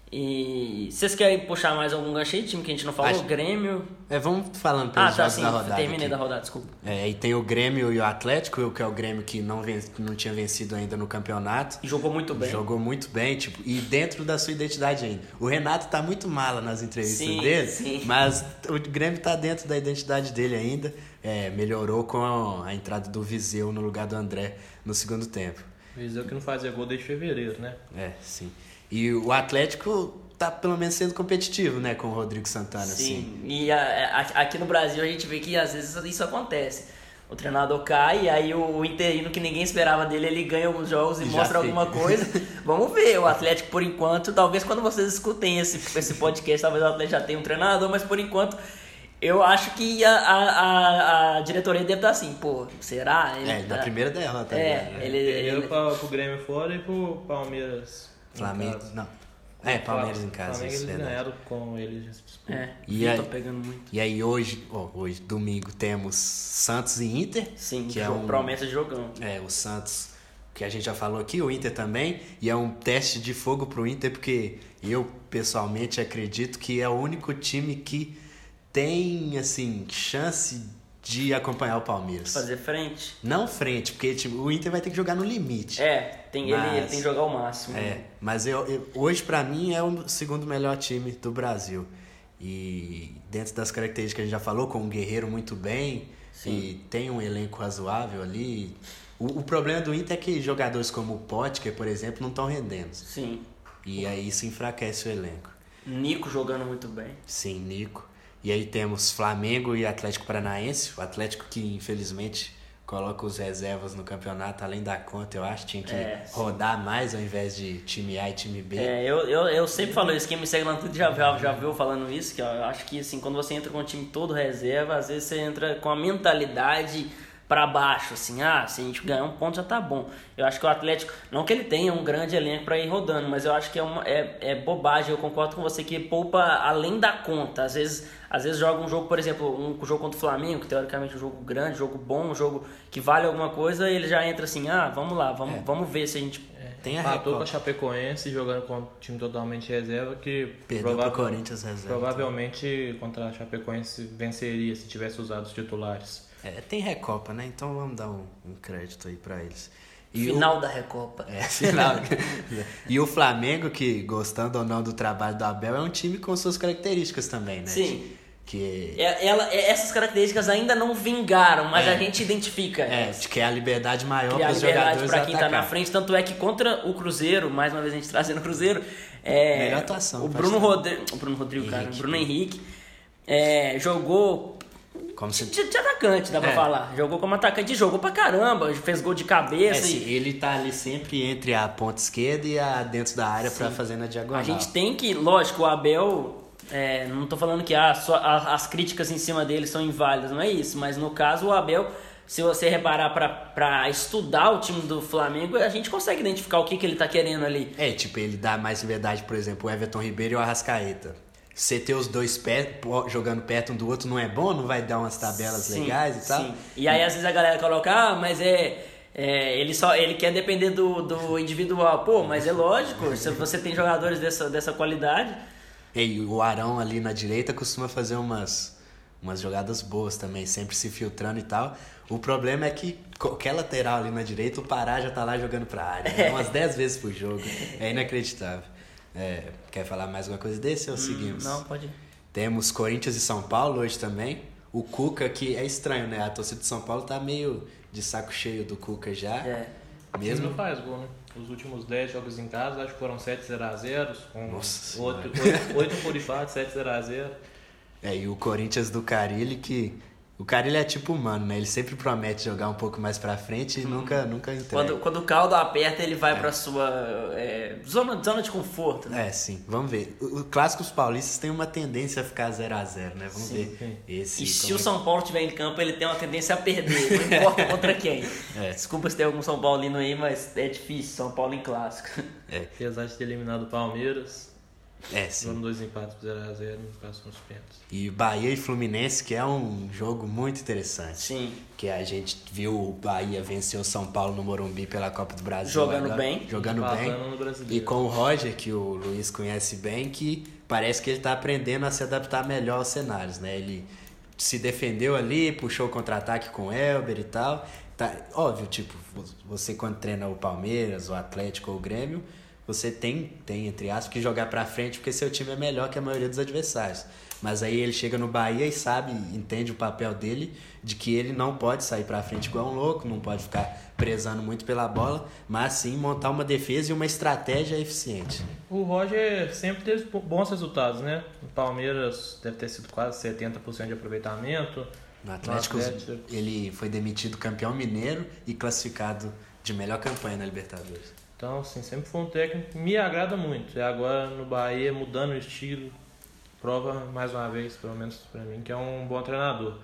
E vocês querem puxar mais algum gancho aí, time que a gente não falou? Acho... Grêmio... É, vamos falando pelos ah, tá, jogos sim, da rodada. Terminei aqui. da rodada, desculpa. É, e tem o Grêmio e o Atlético, que é o Grêmio que não, ven... não tinha vencido ainda no campeonato. E jogou muito bem. Jogou muito bem, tipo, e dentro da sua identidade ainda. O Renato tá muito mala nas entrevistas sim, dele, sim. mas o Grêmio tá dentro da identidade dele ainda. É, melhorou com a entrada do Viseu no lugar do André no segundo tempo. Viseu que não fazia gol desde fevereiro, né? É, sim. E o Atlético tá pelo menos sendo competitivo, né, com o Rodrigo Santana. Sim, assim. E a, a, aqui no Brasil a gente vê que às vezes isso acontece. O treinador cai e aí o interino que ninguém esperava dele, ele ganha alguns jogos e, e mostra alguma coisa. Vamos ver, o Atlético por enquanto, talvez quando vocês escutem esse, esse podcast, talvez o Atlético já tenha um treinador, mas por enquanto eu acho que a, a, a, a diretoria deve estar assim, pô, será? Ele é, tá... na primeira derrota. É, né? ele... Perdeu ele... para o Grêmio fora e pro Palmeiras. Flamengo, não. É, Palmeiras em casa. Flamengo eles ganharam com eles. É, e aí, tô pegando muito. E aí hoje, oh, hoje, domingo, temos Santos e Inter. Sim, que é um, promessa de jogão. É, o Santos, que a gente já falou aqui, o Inter também. E é um teste de fogo pro Inter, porque eu, pessoalmente, acredito que é o único time que tem, assim, chance de acompanhar o Palmeiras. Fazer frente? Não frente, porque tipo, o Inter vai ter que jogar no limite. É, tem, mas, ele, ele tem que jogar o máximo. É, né? mas eu, eu, hoje pra mim é o segundo melhor time do Brasil. E dentro das características que a gente já falou, com o Guerreiro muito bem, Sim. e tem um elenco razoável ali. O, o problema do Inter é que jogadores como o Potker, por exemplo, não estão rendendo. Sim. E aí isso enfraquece o elenco. Nico jogando muito bem. Sim, Nico. E aí temos Flamengo e Atlético Paranaense. O Atlético que, infelizmente, coloca os reservas no campeonato além da conta, eu acho. Tinha que é, rodar mais ao invés de time A e time B. É, eu, eu, eu sempre falo isso. Quem me segue lá no Twitter já, já, já viu falando isso. Que eu acho que, assim, quando você entra com um time todo reserva, às vezes você entra com a mentalidade pra baixo, assim, ah, se a gente ganhar um ponto já tá bom. Eu acho que o Atlético, não que ele tenha um grande elenco pra ir rodando, mas eu acho que é, uma, é, é bobagem, eu concordo com você, que poupa além da conta. Às vezes, às vezes joga um jogo, por exemplo, um jogo contra o Flamengo, que teoricamente é um jogo grande, um jogo bom, um jogo que vale alguma coisa, e ele já entra assim, ah, vamos lá, vamos, é. vamos ver se a gente... É. Tem a Empatou com a Chapecoense, jogando com um time totalmente reserva, que provável, pro Corinthians reserva, provavelmente contra a Chapecoense venceria se tivesse usado os titulares. É, tem Recopa, né? Então vamos dar um, um crédito aí pra eles. E final o... da Recopa. É, final. E o Flamengo, que gostando ou não do trabalho do Abel, é um time com suas características também, né? Sim. Que... É, ela, essas características ainda não vingaram, mas é. a gente identifica. É, de que é a liberdade maior para os jogadores para quem atacar. Tá na frente. Tanto é que contra o Cruzeiro, mais uma vez a gente trazendo o Cruzeiro, é, melhor atuação. O Bruno, Rodri... o Bruno Rodrigo, Henrique. cara, o Bruno Henrique é, jogou como se... de, de atacante, dá pra é. falar. Jogou como atacante, jogou pra caramba, fez gol de cabeça. É, e... sim, ele tá ali sempre entre a ponta esquerda e a dentro da área para fazer na diagonal. A gente tem que, lógico, o Abel... É, não tô falando que ah, só, a, as críticas em cima dele são inválidas, não é isso. Mas no caso, o Abel, se você reparar pra, pra estudar o time do Flamengo, a gente consegue identificar o que, que ele tá querendo ali. É, tipo, ele dá mais liberdade, por exemplo, o Everton Ribeiro e o Arrascaeta. Você ter os dois pés jogando perto um do outro não é bom? Não vai dar umas tabelas sim, legais e tal? Sim. E aí às vezes a galera coloca, ah, mas é... É, ele só ele quer depender do, do individual. Pô, mas é lógico, se você tem jogadores dessa, dessa qualidade... E o Arão ali na direita costuma fazer umas, umas jogadas boas também, sempre se filtrando e tal. O problema é que qualquer lateral ali na direita, o Pará já tá lá jogando pra área. Né? Umas dez vezes por jogo. É inacreditável. É, quer falar mais alguma coisa desse ou hum, seguimos? Não, pode ir. Temos Corinthians e São Paulo hoje também. O Cuca, que é estranho, né? A torcida de São Paulo tá meio de saco cheio do Cuca já. É. Mesmo não faz gol, né? Os últimos dez jogos em casa, acho que foram sete zero a zero. Com Nossa oito por empate, sete zero a zero. É, e o Corinthians do Carille, que... O Carille é tipo humano, né? Ele sempre promete jogar um pouco mais pra frente e hum. nunca, nunca entrega. Quando, quando o caldo aperta, ele vai é. pra sua é, zona, zona de conforto, né? É, sim. Vamos ver. Os clássicos paulistas têm uma tendência a ficar zero a zero, né? Vamos sim, ver. Sim. Esse, e se o São Paulo estiver em campo, ele tem uma tendência a perder. Não importa contra quem. É. Desculpa se tem algum São Paulino aí, mas é difícil. São Paulo em clássico. É. Apesar de ter eliminado o Palmeiras... É, sim. Foram dois empates por zero a zero, no caso são os pênaltis. E Bahia e Fluminense, que é um jogo muito interessante. Sim. Que a gente viu o Bahia vencer o São Paulo no Morumbi pela Copa do Brasil. Jogando agora, bem. Jogando bem. E com o Roger, que o Luiz conhece bem, que parece que ele está aprendendo a se adaptar melhor aos cenários, né? Ele se defendeu ali, puxou o contra-ataque com o Elber e tal. Tá, óbvio, tipo, você quando treina o Palmeiras, o Atlético ou o Grêmio, você tem, tem, entre aspas, que jogar pra frente porque seu time é melhor que a maioria dos adversários. Mas aí ele chega no Bahia e sabe, entende o papel dele, de que ele não pode sair pra frente igual um louco, não pode ficar prezando muito pela bola, mas sim montar uma defesa e uma estratégia eficiente. O Roger sempre teve bons resultados, né? O Palmeiras deve ter sido quase setenta por cento de aproveitamento. No Atlético, no Atlético ele foi demitido campeão mineiro e classificado de melhor campanha na Libertadores. Então, assim, sempre foi um técnico que me agrada muito. E agora no Bahia, mudando o estilo, prova mais uma vez, pelo menos pra mim, que é um bom treinador.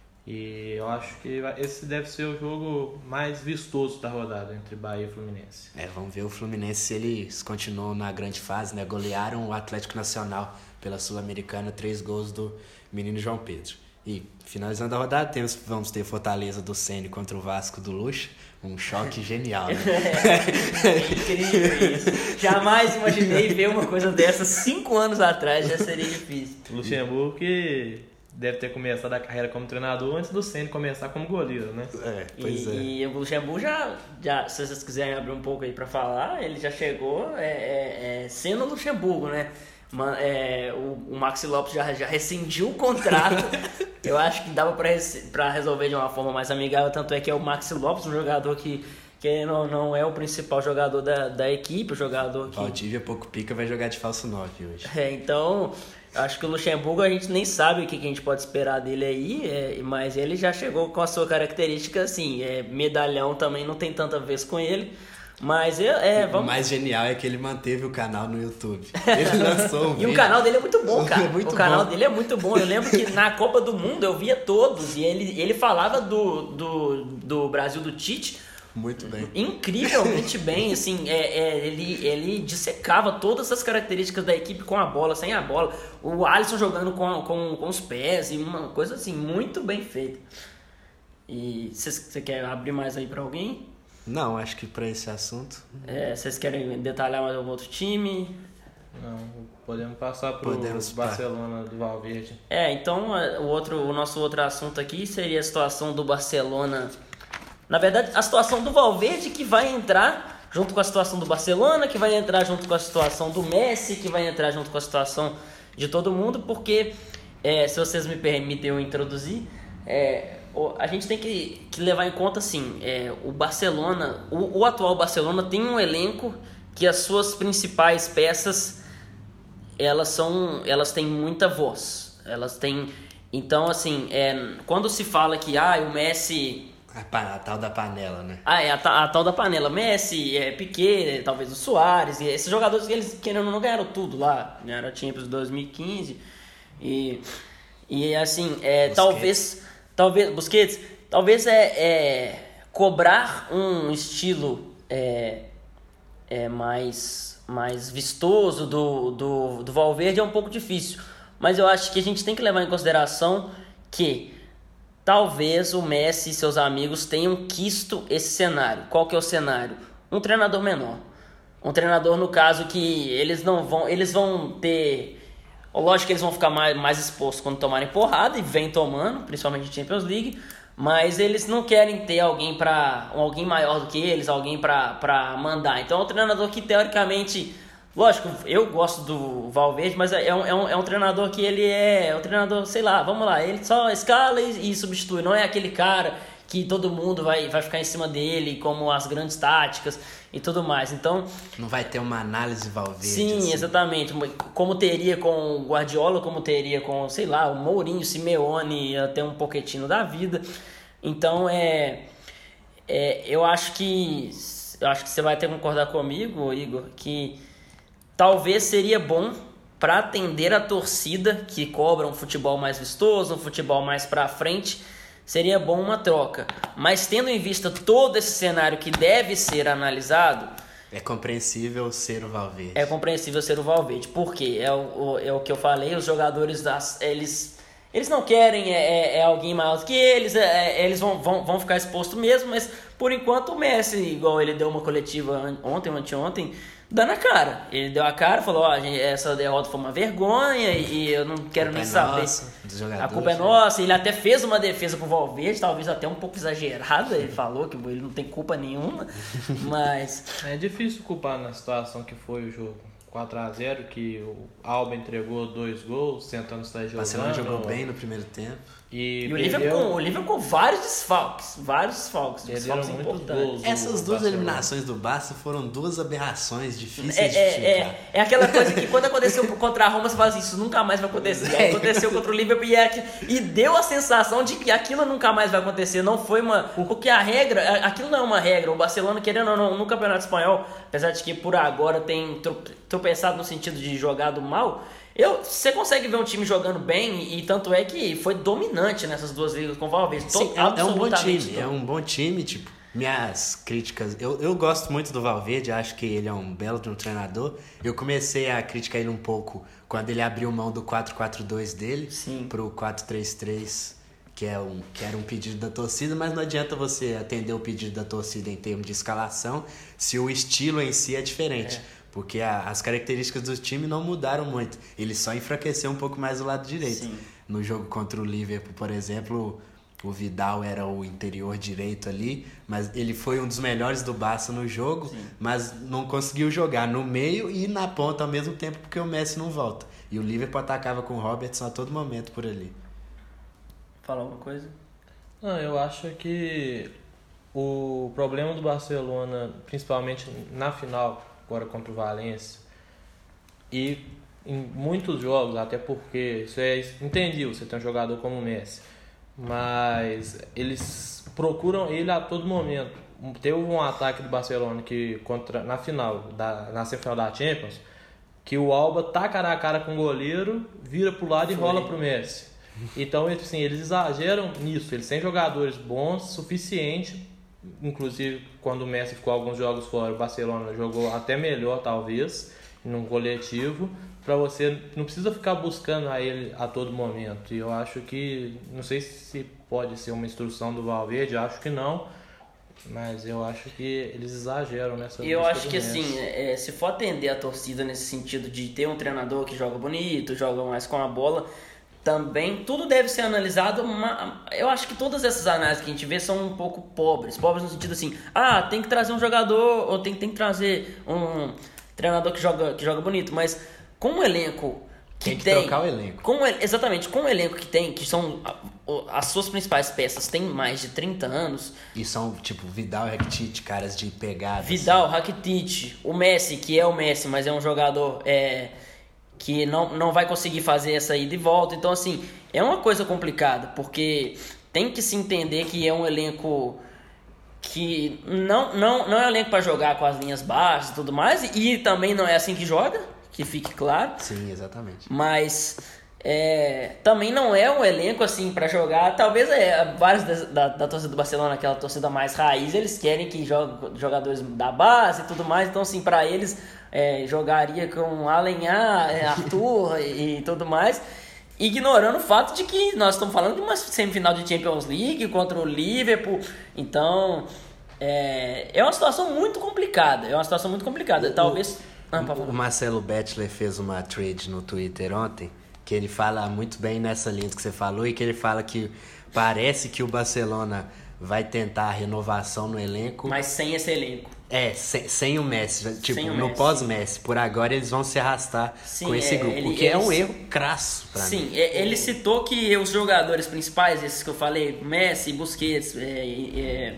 E eu acho que esse deve ser o jogo mais vistoso da rodada entre Bahia e Fluminense. É, vamos ver o Fluminense se eles continuam na grande fase, né? Golearam o Atlético Nacional pela Sul-Americana, três gols do menino João Pedro. E finalizando a rodada, temos, vamos ter Fortaleza do Ceni contra o Vasco do Lucha. Um choque genial, né? É, incrível isso. Jamais imaginei ver uma coisa dessa cinco anos atrás, já seria difícil. O Luxemburgo que deve ter começado a carreira como treinador antes do Ceni começar como goleiro, né? É, pois e, é. E o Luxemburgo já, já, se vocês quiserem abrir um pouco aí pra falar, ele já chegou é, é, é, sendo Luxemburgo, né? Uma, é, o, o Maxi Lopes já, já rescindiu o contrato. Eu acho que dava pra, pra resolver de uma forma mais amigável. Tanto é que é o Maxi Lopes, um jogador que, que não, não é o principal jogador da, da equipe. O jogador que... Valdívia, pouco pica, vai jogar de falso nove hoje. É, então, acho que o Luxemburgo a gente nem sabe o que, que a gente pode esperar dele aí. É, mas ele já chegou com a sua característica, assim, é, medalhão também não tem tanta vez com ele. Mas é, é, vamos... O mais genial é que ele manteve o canal no YouTube. Ele lançou um E vídeo. o canal dele é muito bom, cara. É muito o canal bom. dele é muito bom. Eu lembro que na Copa do Mundo eu via todos. E ele, ele falava do, do, do Brasil do Tite. Muito bem. Incrivelmente bem. Assim, é, é, ele, ele dissecava todas as características da equipe com a bola, sem a bola. O Alisson jogando com, com, com os pés. E uma coisa assim, muito bem feita. E você quer abrir mais aí pra alguém? Não, acho que para esse assunto... É, vocês querem detalhar mais algum outro time? Não, podemos passar para o Barcelona do Valverde. É, então o, outro, o nosso outro assunto aqui seria a situação do Barcelona. Na verdade, a situação do Valverde, que vai entrar junto com a situação do Barcelona, que vai entrar junto com a situação do Messi, que vai entrar junto com a situação de todo mundo, porque, é, se vocês me permitem eu introduzir... É, a gente tem que, que levar em conta assim, é, o Barcelona, o, o atual Barcelona tem um elenco que as suas principais peças elas são, elas têm muita voz, elas têm, então assim, é, quando se fala que ah, o Messi, a, a tal da panela, né? Ah, é a, a tal da panela, Messi, é, Piqué, talvez o Suárez, e esses jogadores eles querendo não ganharam tudo lá, ganharam a Champions dois mil e quinze e e assim, é, talvez Talvez, Busquets, talvez é, é cobrar um estilo é, é mais, mais vistoso do, do, do Valverde é um pouco difícil. Mas eu acho que a gente tem que levar em consideração que talvez o Messi e seus amigos tenham quisto esse cenário. Qual que é o cenário? Um treinador menor. Um treinador, no caso, que eles não vão... Eles vão ter... Lógico que eles vão ficar mais, mais expostos quando tomarem porrada, e vem tomando, principalmente em Champions League, mas eles não querem ter alguém para alguém maior do que eles, alguém para mandar. Então é um treinador que, teoricamente... Lógico, eu gosto do Valverde, mas é um, é um, é um treinador que ele é, é um treinador, sei lá, vamos lá, ele só escala e, e substitui, não é aquele cara que todo mundo vai, vai ficar em cima dele, como as grandes táticas e tudo mais. Então, não vai ter uma análise Valverde. Sim, assim. Exatamente, como teria com o Guardiola, como teria com, sei lá, o Mourinho, Simeone, até um Pochettino da vida. Então, é, é eu acho que eu acho que você vai ter que concordar comigo, Igor, que talvez seria bom para atender a torcida que cobra um futebol mais vistoso, um futebol mais para frente, seria bom uma troca. Mas tendo em vista todo esse cenário que deve ser analisado... É compreensível ser o Valverde. É compreensível ser o Valverde. Por quê? É o, é o que eu falei, os jogadores, das, eles, eles não querem é, é, é alguém maior do que eles, é, é, eles vão, vão, vão ficar expostos mesmo, mas por enquanto o Messi, igual ele deu uma coletiva ontem ou anteontem, dando a cara. Ele deu a cara, falou, ó, oh, essa derrota foi uma vergonha e eu não quero nem saber. A culpa é nossa. Ele até fez uma defesa pro Valverde, talvez até um pouco exagerada. Ele falou que ele não tem culpa nenhuma, mas... É difícil culpar na situação que foi o jogo. quatro a zero, que o Alba entregou dois gols, tentando estar jogando. O Barcelona jogou bem no primeiro tempo. E, e o Liverpool com, o Liverpool com vários desfalques, vários desfalques, desfalques importantes. Essas duas eliminações do Barça foram duas aberrações difíceis é, de é, explicar. É, é aquela coisa que quando aconteceu contra a Roma, você fala assim, isso nunca mais vai acontecer. É. Aconteceu contra o Liverpool e, é, e deu a sensação de que aquilo nunca mais vai acontecer. Não foi uma... Porque a regra, aquilo não é uma regra. O Barcelona, querendo ou não, no Campeonato Espanhol, apesar de que por agora tem tropeçado no sentido de jogado mal... Eu, você consegue ver um time jogando bem e, e tanto é que foi dominante nessas duas ligas com o Valverde. Sim, é, é um bom time, é um bom time, tipo, minhas críticas, eu, eu gosto muito do Valverde, acho que ele é um belo de um treinador. Eu comecei a criticar ele um pouco quando ele abriu mão do quatro quatro dois dele Sim. pro quatro três três, que, é um, que era um pedido da torcida, mas não adianta você atender o pedido da torcida em termos de escalação se o estilo em si é diferente. É. Porque a, as características do time não mudaram muito. Ele só enfraqueceu um pouco mais o lado direito. Sim. No jogo contra o Liverpool, por exemplo, o Vidal era o interior direito ali, mas ele foi um dos melhores do Barça no jogo, Sim. mas não conseguiu jogar no meio e na ponta ao mesmo tempo porque o Messi não volta. E o Liverpool atacava com o Robertson a todo momento por ali. Fala alguma coisa? Não, eu acho que o problema do Barcelona, principalmente na final, agora contra o Valência, e em muitos jogos, até porque isso é entendi, você tem um jogador como o Messi, mas eles procuram ele a todo momento. Teve um ataque do Barcelona que contra, na final, da, na semifinal da Champions, que o Alba tá cara a cara com o goleiro, vira pro lado e rola pro Messi. Então, assim, eles exageram nisso, eles têm jogadores bons, suficiente. Inclusive, quando o Messi ficou alguns jogos fora, o Barcelona jogou até melhor, talvez, num coletivo, para você não precisa ficar buscando a ele a todo momento. E eu acho que, não sei se pode ser uma instrução do Valverde, acho que não, mas eu acho que eles exageram nessa E eu acho que, assim, é, se for atender a torcida nesse sentido de ter um treinador que joga bonito, joga mais com a bola... Também, tudo deve ser analisado, eu acho que todas essas análises que a gente vê são um pouco pobres, pobres no sentido assim, ah, tem que trazer um jogador, ou tem, tem que trazer um treinador que joga, que joga bonito, mas com um elenco que tem... que tem, trocar o elenco. Com, exatamente, com o elenco que tem, que são, as suas principais peças têm mais de trinta anos. E são, tipo, Vidal e Rakitic, caras de pegada. Vidal, assim. Rakitic, o Messi, que é o Messi, mas é um jogador... É, que não, não vai conseguir fazer essa ida e volta. Então, assim, é uma coisa complicada, porque tem que se entender que é um elenco que não, não, não é um elenco para jogar com as linhas baixas e tudo mais, e também não é assim que joga, que fique claro. Sim, exatamente. Mas é, também não é um elenco assim para jogar. Talvez é, vários da, da, da torcida do Barcelona, aquela torcida mais raiz, eles querem que jogue jogadores da base e tudo mais. Então, assim, para eles... É, jogaria com Alenhar, é, Arthur e, e tudo mais. ignorando o fato de que nós estamos falando de uma semifinal de Champions League contra o Liverpool. Então, é, é uma situação muito complicada. É uma situação muito complicada. Talvez... O, ah, o Marcelo Bettler fez uma trade no Twitter ontem, que ele fala muito bem nessa linha que você falou, e que ele fala que parece que o Barcelona vai tentar a renovação no elenco. Mas sem esse elenco. É, sem, sem o Messi. Tipo, Sem o no Messi. pós-Messi. Por agora eles vão se arrastar Sim, com esse é, grupo. ele- o que é um eles- erro crasso pra Sim, mim. é, ele citou que os jogadores principais, esses que eu falei, Messi, Busquets, é, é,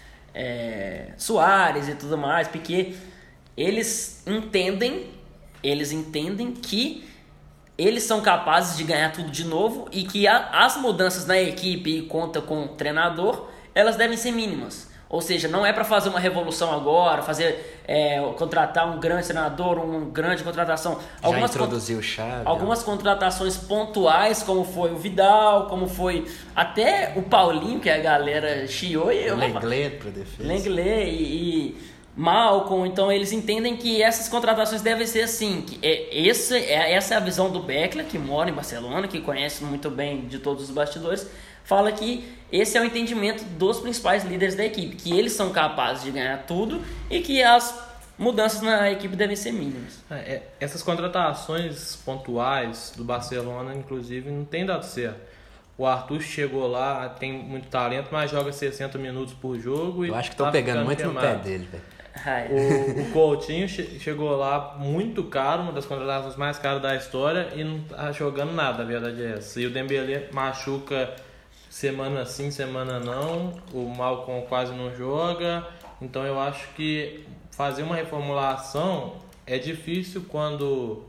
é, Suárez e tudo mais, Piqué, eles entendem, eles entendem que eles são capazes de ganhar tudo de novo e que a- as mudanças na equipe e conta com o treinador, elas devem ser mínimas. Ou seja, não é para fazer uma revolução agora, fazer é, contratar um grande treinador, uma grande contratação. Já con- introduziu o Xavi. Algumas contratações pontuais, como foi o Vidal, como foi até o Paulinho, que a galera chiou. E O eu vou- Lenglet pra defesa. Lenglet e, e Malcom. Então eles entendem que essas contratações devem ser assim. Que é, esse, é, essa é a visão do Beckler, que mora em Barcelona, que conhece muito bem de todos os bastidores. Fala que esse é o entendimento dos principais líderes da equipe, que eles são capazes de ganhar tudo e que as mudanças na equipe devem ser mínimas. É, é, essas contratações pontuais do Barcelona, inclusive, não tem dado certo. O Arthur chegou lá, tem muito talento, mas joga sessenta minutos por jogo. E Eu acho que estão tá pegando ficando muito no queimado. pé dele, velho. Ai, O, o Coutinho che- chegou lá muito caro, uma das contratações mais caras da história, e não tá jogando nada, a verdade é essa. E o Dembélé machuca semana sim, semana não. O Malcom quase não joga. Então eu acho que fazer uma reformulação é difícil quando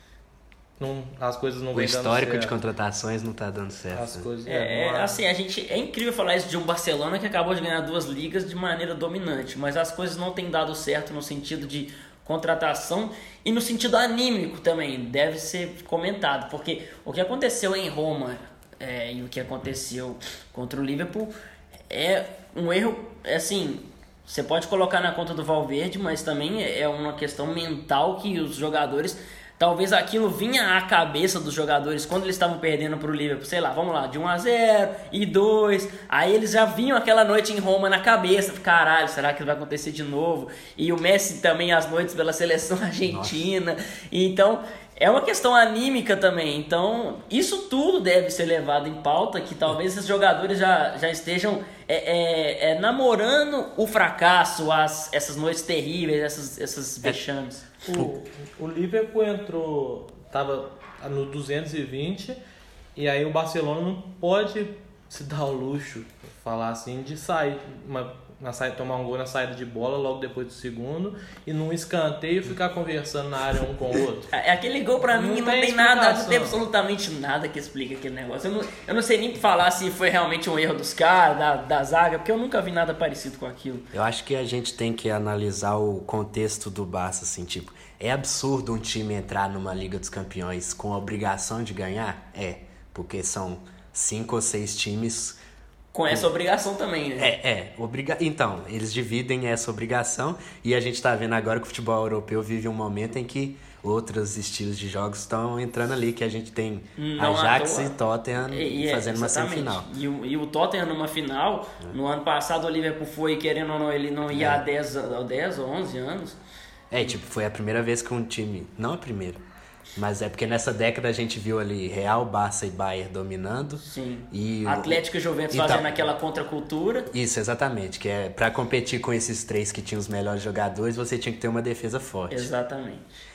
não, as coisas não O vêm dando histórico de certo. contratações não tá dando certo. As né? coisas, É, é, não há- assim, a gente, é incrível falar isso de um Barcelona que acabou de ganhar duas ligas de maneira dominante, mas as coisas não têm dado certo no sentido de contratação e no sentido anímico também, deve ser comentado, porque o que aconteceu em Roma é, e o que aconteceu contra o Liverpool é um erro, é assim, você pode colocar na conta do Valverde, mas também é uma questão mental que os jogadores... Talvez aquilo vinha à cabeça dos jogadores quando eles estavam perdendo pro Liverpool, sei lá, vamos lá, de um a zero e dois. Aí eles já vinham aquela noite em Roma na cabeça. Caralho, será que vai acontecer de novo? E o Messi também as noites pela seleção argentina. Então, é uma questão anímica também. Então, isso tudo deve ser levado em pauta, que talvez esses jogadores já, já estejam é, é, é, namorando o fracasso, as, essas noites terríveis, essas, essas vexames. O, o Liverpool entrou, tava no duzentos e vinte, e aí o Barcelona não pode se dar o luxo, falar assim, de sair, uma, na saída, tomar um gol na saída de bola logo depois do segundo, e num escanteio ficar conversando na área um com o outro. É, Aquele gol pra mim Não não tem tem nada, não explicação. tem absolutamente nada que explique aquele negócio. Eu não, eu não sei nem falar se foi realmente um erro dos caras, da, da zaga, porque eu nunca vi nada parecido com aquilo. Eu acho que a gente tem que analisar o contexto do Barça, assim, tipo, é absurdo um time entrar numa Liga dos Campeões com a obrigação de ganhar? É, porque são cinco ou seis times. Com essa obrigação também, né? É, é, obriga... então, eles dividem essa obrigação e a gente tá vendo agora que o futebol europeu vive um momento em que outros estilos de jogos estão entrando ali, que a gente tem Não à Ajax toa. e Tottenham E- e é, fazendo uma exatamente. semifinal. E o, e o Tottenham numa final, no ano passado o Liverpool foi, querendo ou não, ele não ia É. há dez, há dez ou onze anos. É, tipo, foi a primeira vez que um time, não a primeira, mas é porque nessa década a gente viu ali Real, Barça e Bayern dominando. Sim. E o- Atlético e Juventus Então, fazendo aquela contracultura. Isso, exatamente, que é pra competir com esses três que tinham os melhores jogadores, você tinha que ter uma defesa forte. Exatamente.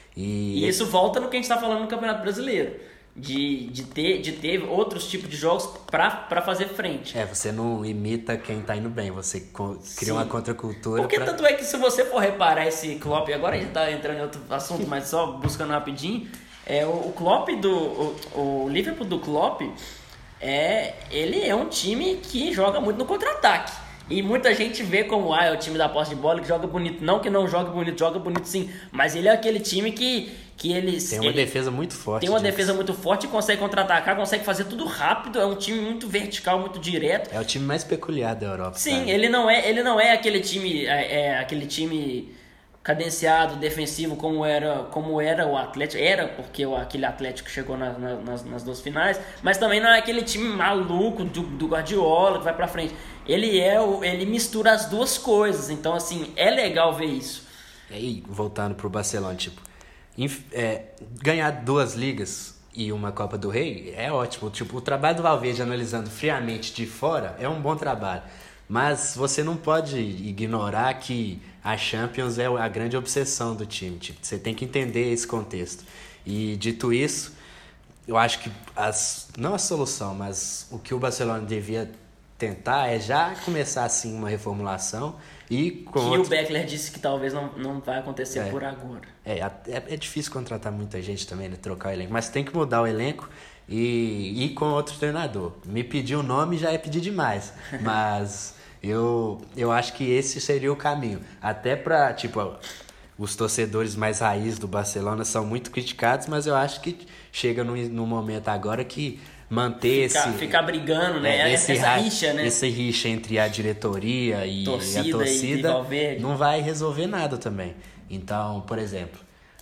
E, E isso volta no que a gente está falando no Campeonato Brasileiro. De, de, ter, de ter outros tipos de jogos para fazer frente. é, você não imita quem tá indo bem, você co- cria Sim. uma contracultura. Porque pra- tanto é que se você for reparar esse Klopp, agora a gente tá entrando em outro assunto, mas só buscando rapidinho, é, o, o Klopp do... O, o Liverpool do Klopp, é, ele é um time que joga muito no contra-ataque. E muita gente vê como, ah, é o time da posse de bola que joga bonito. Não que não joga bonito, joga bonito sim. Mas ele é aquele time que, que eles... Tem uma ele, defesa muito forte. Tem uma disso. defesa muito forte e consegue contra-atacar, consegue fazer tudo rápido. É um time muito vertical, muito direto. É o time mais peculiar da Europa. Sim, cara. ele não é, ele não é aquele time, é, é aquele time cadenciado, defensivo, como era, como era o Atlético. Era porque o, aquele Atlético chegou na, na, nas, nas duas finais, mas também não é aquele time maluco do, do Guardiola que vai pra frente. Ele, é o, ele mistura as duas coisas, então assim, é legal ver isso. E aí, voltando pro Barcelona, tipo, inf, é, ganhar duas ligas e uma Copa do Rei é ótimo. Tipo, o trabalho do Valverde analisando friamente de fora é um bom trabalho. Mas você não pode ignorar que a Champions é a grande obsessão do time. Tipo, você tem que entender esse contexto. E dito isso, eu acho que as, não a solução, mas o que o Barcelona devia tentar é já começar assim uma reformulação. E com que outro... o Beckler disse que talvez não, não vai acontecer é, por agora. É, é, é difícil contratar muita gente também, né, trocar o elenco. Mas tem que mudar o elenco e ir com outro treinador. Me pedir o nome já é pedir demais. Mas... Eu, eu acho que esse seria o caminho. Até pra, tipo, os torcedores mais raiz do Barcelona são muito criticados, mas eu acho que chega no, no momento agora que manter ficar, esse... Ficar brigando, né? É, esse essa rixa, né? Esse rixa entre a diretoria e torcida a torcida e não vai resolver nada também. Então, por exemplo,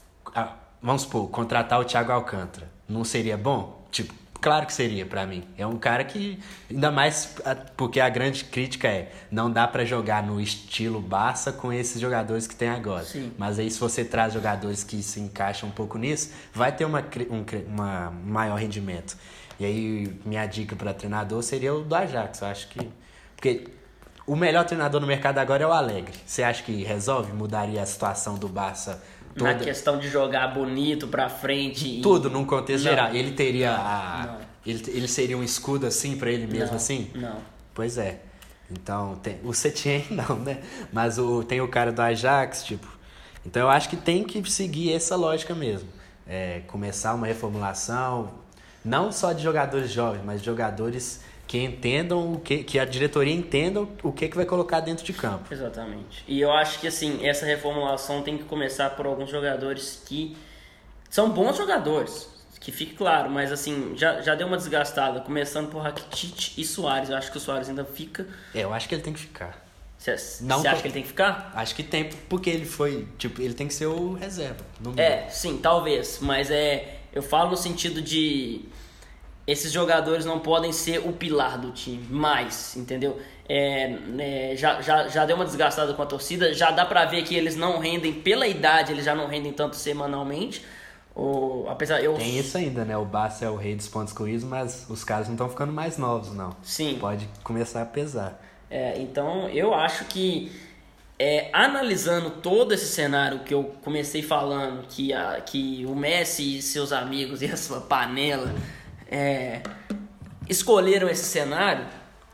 vamos supor, contratar o Thiago Alcântara. Não seria bom? Tipo, claro que seria pra mim. É um cara que, ainda mais porque a grande crítica é, não dá pra jogar no estilo Barça com esses jogadores que tem agora. Sim. Mas aí se você traz jogadores que se encaixam um pouco nisso, vai ter uma, um uma maior rendimento. E aí minha dica pra treinador seria o do Ajax. Eu acho que... Porque o melhor treinador no mercado agora é o Alegre. Você acha que resolve? Mudaria a situação do Barça toda? Na questão de jogar bonito pra frente. Tudo e... num contexto não, geral. Ele teria não, a. Não. Ele, ele seria um escudo assim pra ele mesmo não, assim? Não. Pois é. Então, tem, o Setien não, né? Mas o, tem o cara do Ajax, tipo. Então eu acho que tem que seguir essa lógica mesmo. É, começar uma reformulação, não só de jogadores jovens, mas de jogadores que entendam o que, que a diretoria entenda o que, que vai colocar dentro de campo. Exatamente. E eu acho que assim, essa reformulação tem que começar por alguns jogadores que são bons jogadores, que fique claro, mas assim, já, já deu uma desgastada, começando por Rakitic e Suárez. Eu acho que o Suárez ainda fica. É, eu acho que ele tem que ficar. Você acha que ele tem que ficar? Acho que tem, porque ele foi, tipo, ele tem que ser o reserva. No é, sim, talvez, mas é, eu falo no sentido de esses jogadores não podem ser o pilar do time, mais, entendeu? É, é, já, já, já deu uma desgastada com a torcida, já dá pra ver que eles não rendem, pela idade, eles já não rendem tanto semanalmente. Ou, apesar, eu... Tem isso ainda, né? O Barça é o rei dos pontos corridos, mas os caras não estão ficando mais novos, não. Sim. Pode começar a pesar. É, então, eu acho que, é, analisando todo esse cenário que eu comecei falando, que, a, que o Messi e seus amigos e a sua panela é, escolheram esse cenário,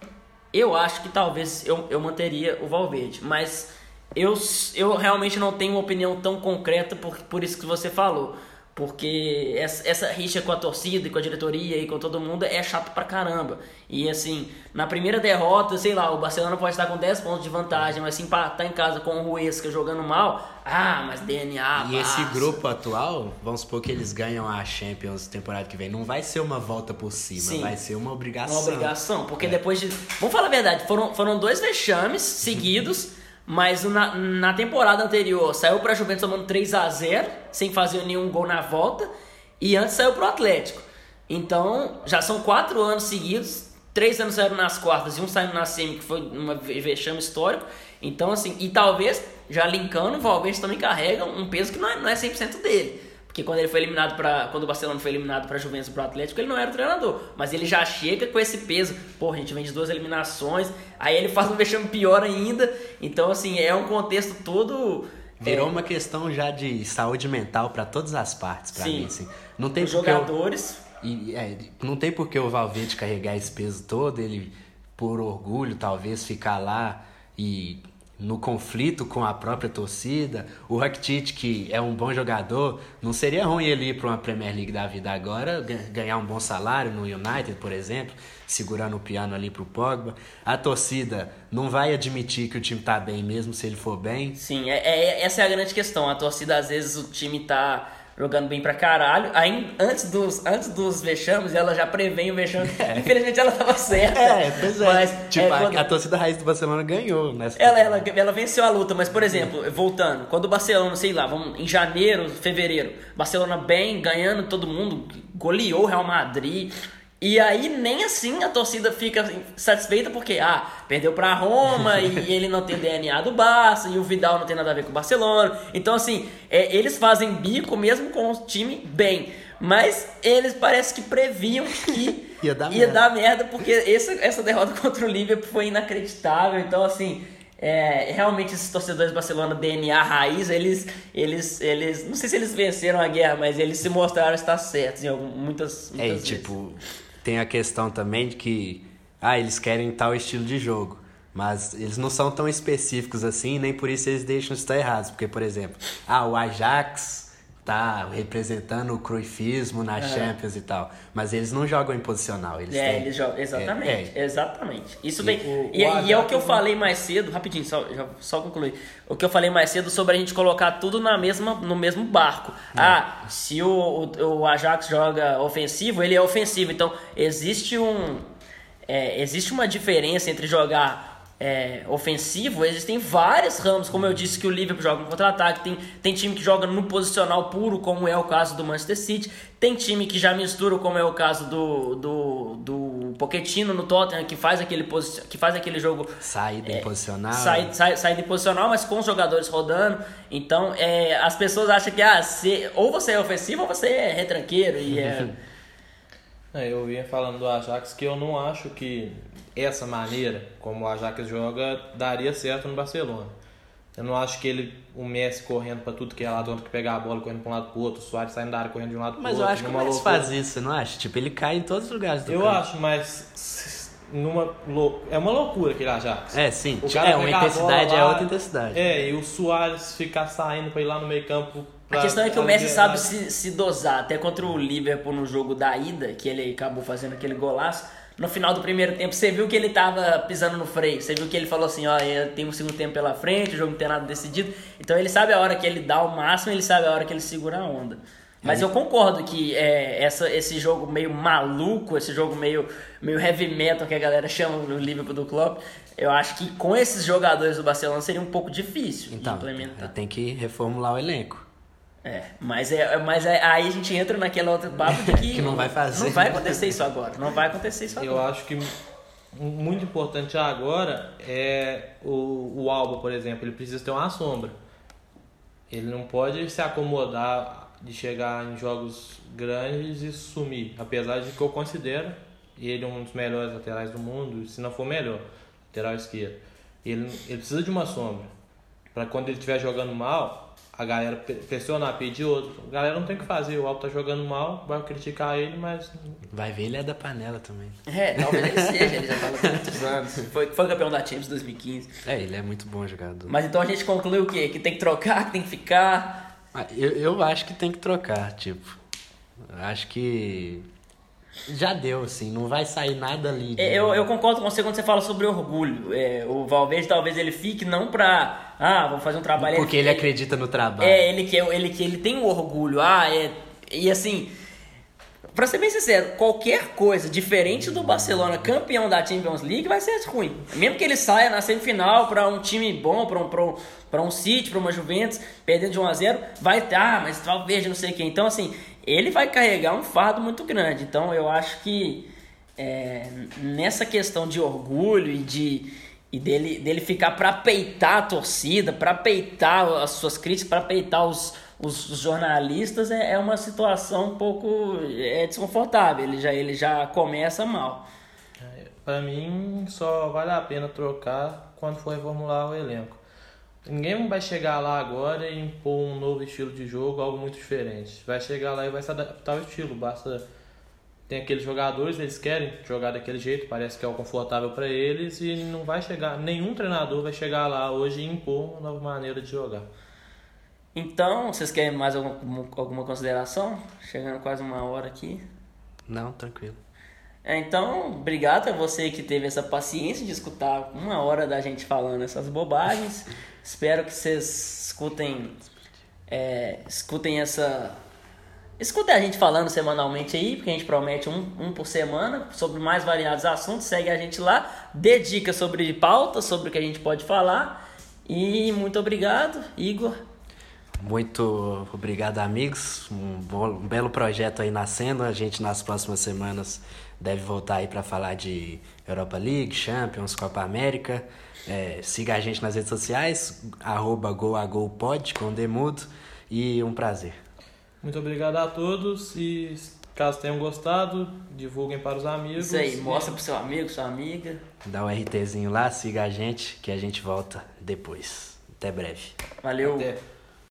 eu acho que talvez eu, eu manteria o Valverde. Mas eu, eu realmente não tenho uma opinião tão concreta por, por isso que você falou. Porque essa, essa rixa com a torcida e com a diretoria e com todo mundo é chato pra caramba. E assim, na primeira derrota, sei lá, o Barcelona pode estar com dez pontos de vantagem, mas se empatar em casa com o Huesca jogando mal, ah, mas D N A, E Barça. esse grupo atual, vamos supor que eles ganham a Champions temporada que vem, não vai ser uma volta por cima, Sim, vai ser uma obrigação. Uma obrigação, porque é. depois de... Vamos falar a verdade, foram, foram dois vexames seguidos... Mas na, na temporada anterior saiu pra Juventus tomando três a zero, sem fazer nenhum gol na volta, e antes saiu pro Atlético. Então, já são quatro anos seguidos, três anos saíram nas quartas e um saindo na semi, que foi um vexame histórico. Então, assim, e talvez, já linkando, o Valverde também carrega um peso que não é, não é cem por cento dele. Porque quando ele foi eliminado para quando o Barcelona foi eliminado para Juventus e para o Atlético, ele não era o treinador, mas ele já chega com esse peso. Pô, a gente vem de duas eliminações, aí ele faz um vexame pior ainda. Então, assim, é um contexto todo. Virou é... uma questão já de saúde mental para todas as partes, para mim, assim. Não tem Os porque jogadores. Eu... E, é, não tem por que o Valverde carregar esse peso todo, ele por orgulho talvez ficar lá e no conflito com a própria torcida. O Rakitic, que é um bom jogador, não seria ruim ele ir para uma Premier League da vida agora, ganhar um bom salário no United, por exemplo, segurando o piano ali pro Pogba. A torcida não vai admitir que o time tá bem mesmo se ele for bem. Sim, é, é, essa é a grande questão. A torcida, às vezes, o time tá jogando bem pra caralho. Aí, antes dos, antes dos vexames, ela já prevém o vexame. É. Infelizmente, ela tava certa. É, pois é. Mas, tipo, é, a, quando... a torcida raiz do Barcelona ganhou nessa. Ela, ela, ela venceu a luta, mas, por exemplo, voltando, quando o Barcelona, sei lá, vamos em janeiro, fevereiro, Barcelona bem, ganhando todo mundo, goleou o Real Madrid. E aí nem assim a torcida fica satisfeita porque, ah, perdeu pra Roma e ele não tem D N A do Barça e o Vidal não tem nada a ver com o Barcelona. Então assim, é, eles fazem bico mesmo com o time bem, mas eles parece que previam que ia, dar, ia merda. dar merda porque essa, essa derrota contra o Liverpool foi inacreditável. Então assim, é, realmente esses torcedores do Barcelona D N A raiz, eles, eles, eles, não sei se eles venceram a guerra, mas eles se mostraram estar certos em algum, muitas, muitas é, vezes. Tipo, tem a questão também de que ah, eles querem tal estilo de jogo, mas eles não são tão específicos assim, nem por isso eles deixam estar errados. Porque, por exemplo, ah, o Ajax tá representando o cruyffismo na é. Champions e tal, mas eles não jogam em posicional. Eles é, têm... eles jogam, exatamente, é, é. exatamente. Isso e bem, o, e, o e é o que eu falei mais cedo, rapidinho, só, já, só concluir. O que eu falei mais cedo sobre a gente colocar tudo na mesma, no mesmo barco. É. Ah, se o, o, o Ajax joga ofensivo, ele é ofensivo. Então, existe um é, existe uma diferença entre jogar É, ofensivo, existem vários ramos, como eu disse que o Liverpool joga no contra-ataque, tem, tem time que joga no posicional puro, como é o caso do Manchester City, tem time que já mistura, como é o caso do, do, do Pochettino no Tottenham, que faz aquele, posi- que faz aquele jogo saída é, em posicional sai, sai, saída em posicional, mas com os jogadores rodando. Então é, as pessoas acham que ah, se, ou você é ofensivo ou você é retranqueiro e é... É, eu vinha falando do Ajax que eu não acho que essa maneira como o Ajax joga daria certo no Barcelona. Eu não acho que ele, o Messi correndo pra tudo que é lado, que pegar a bola correndo pra um lado pro outro, o Suárez saindo da área correndo de um lado pro mas outro. Mas eu acho que o Messi faz isso, você não acha? Tipo, ele cai em todos os lugares do eu campo. Eu acho, mas numa lou... é uma loucura aquele Ajax. É, sim. O é, uma intensidade lá, é outra intensidade. É, e o Suárez ficar saindo pra ir lá no meio campo. A questão é que o Messi sabe se, se dosar. Até contra o Liverpool no jogo da ida, que ele acabou fazendo aquele golaço. No final do primeiro tempo, você viu que ele tava pisando no freio. Você viu que ele falou assim, ó, tem um segundo tempo pela frente, o jogo não tem nada decidido. Então ele sabe a hora que ele dá o máximo, ele sabe a hora que ele segura a onda. Mas é. eu concordo que é, essa, esse jogo meio maluco, esse jogo meio, meio heavy metal que a galera chama no Liverpool do Klopp, eu acho que com esses jogadores do Barcelona seria um pouco difícil então, de implementar. Tem que reformular o elenco. É, mas, é, mas é, aí a gente entra naquela outra papo de que, que não vai fazer. Não vai acontecer isso agora. Não vai acontecer isso agora. Eu acho que muito importante agora é o, o Alba, por exemplo. Ele precisa ter uma sombra. Ele não pode se acomodar de chegar em jogos grandes e sumir. Apesar de que eu considero ele um dos melhores laterais do mundo, se não for melhor, lateral esquerdo. Ele, ele precisa de uma sombra. Para quando ele estiver jogando mal, a galera pressionar, pedir outro. A galera não tem o que fazer. O Alba tá jogando mal, vai criticar ele, mas... Vai ver, ele é da panela também. É, talvez ele seja. Ele já tá há muitos anos. Foi, foi campeão da Champions em dois mil e quinze. É, ele é muito bom jogador. Mas então a gente conclui o quê? Que tem que trocar, que tem que ficar... Eu, eu acho que tem que trocar, tipo... Acho que... Já deu, assim, não vai sair nada ali. De... Eu, eu concordo com você quando você fala sobre orgulho. É, o Valverde talvez ele fique não pra... Ah, vou fazer um trabalho... Porque ele, ele acredita no trabalho. É, ele que ele, que ele tem um orgulho. Ah, é... E assim... Pra ser bem sincero, qualquer coisa diferente do Barcelona campeão da Champions League vai ser ruim. Mesmo que ele saia na semifinal pra um time bom, pra um, pra um, pra um City, pra uma Juventus, perdendo de um a zero, vai... Ah, mas talvez não sei quem. Então, assim... Ele vai carregar um fardo muito grande. Então eu acho que é, nessa questão de orgulho e, de, e dele, dele ficar para peitar a torcida, para peitar as suas críticas, para peitar os, os, os jornalistas, é, é uma situação um pouco é, desconfortável. Ele já, ele já começa mal. Para mim, só vale a pena trocar quando for reformular o elenco. Ninguém vai chegar lá agora e impor um novo estilo de jogo, algo muito diferente. Vai chegar lá e vai se adaptar ao estilo. Basta... Tem aqueles jogadores, eles querem jogar daquele jeito, parece que é o confortável para eles, e não vai chegar... Nenhum treinador vai chegar lá hoje e impor uma nova maneira de jogar. Então, vocês querem mais alguma, alguma consideração? Chegando quase uma hora aqui. Não, tranquilo. É, então, obrigado a você que teve essa paciência de escutar uma hora da gente falando essas bobagens. Espero que vocês escutem, é, escutem essa, escutem a gente falando semanalmente aí, porque a gente promete um, um por semana, sobre mais variados assuntos. Segue a gente lá, dê dicas sobre pauta, sobre o que a gente pode falar. E muito obrigado, Igor. Muito obrigado, amigos. Um, bom, um belo projeto aí nascendo. A gente, nas próximas semanas, deve voltar aí para falar de Europa League, Champions, Copa América. É, siga a gente nas redes sociais, arroba goagolpod, com Demudo. E um prazer. Muito obrigado a todos e caso tenham gostado, divulguem para os amigos. Isso aí, e... mostra pro seu amigo, sua amiga. Dá um RTzinho lá, siga a gente, que a gente volta depois. Até breve. Valeu. Até.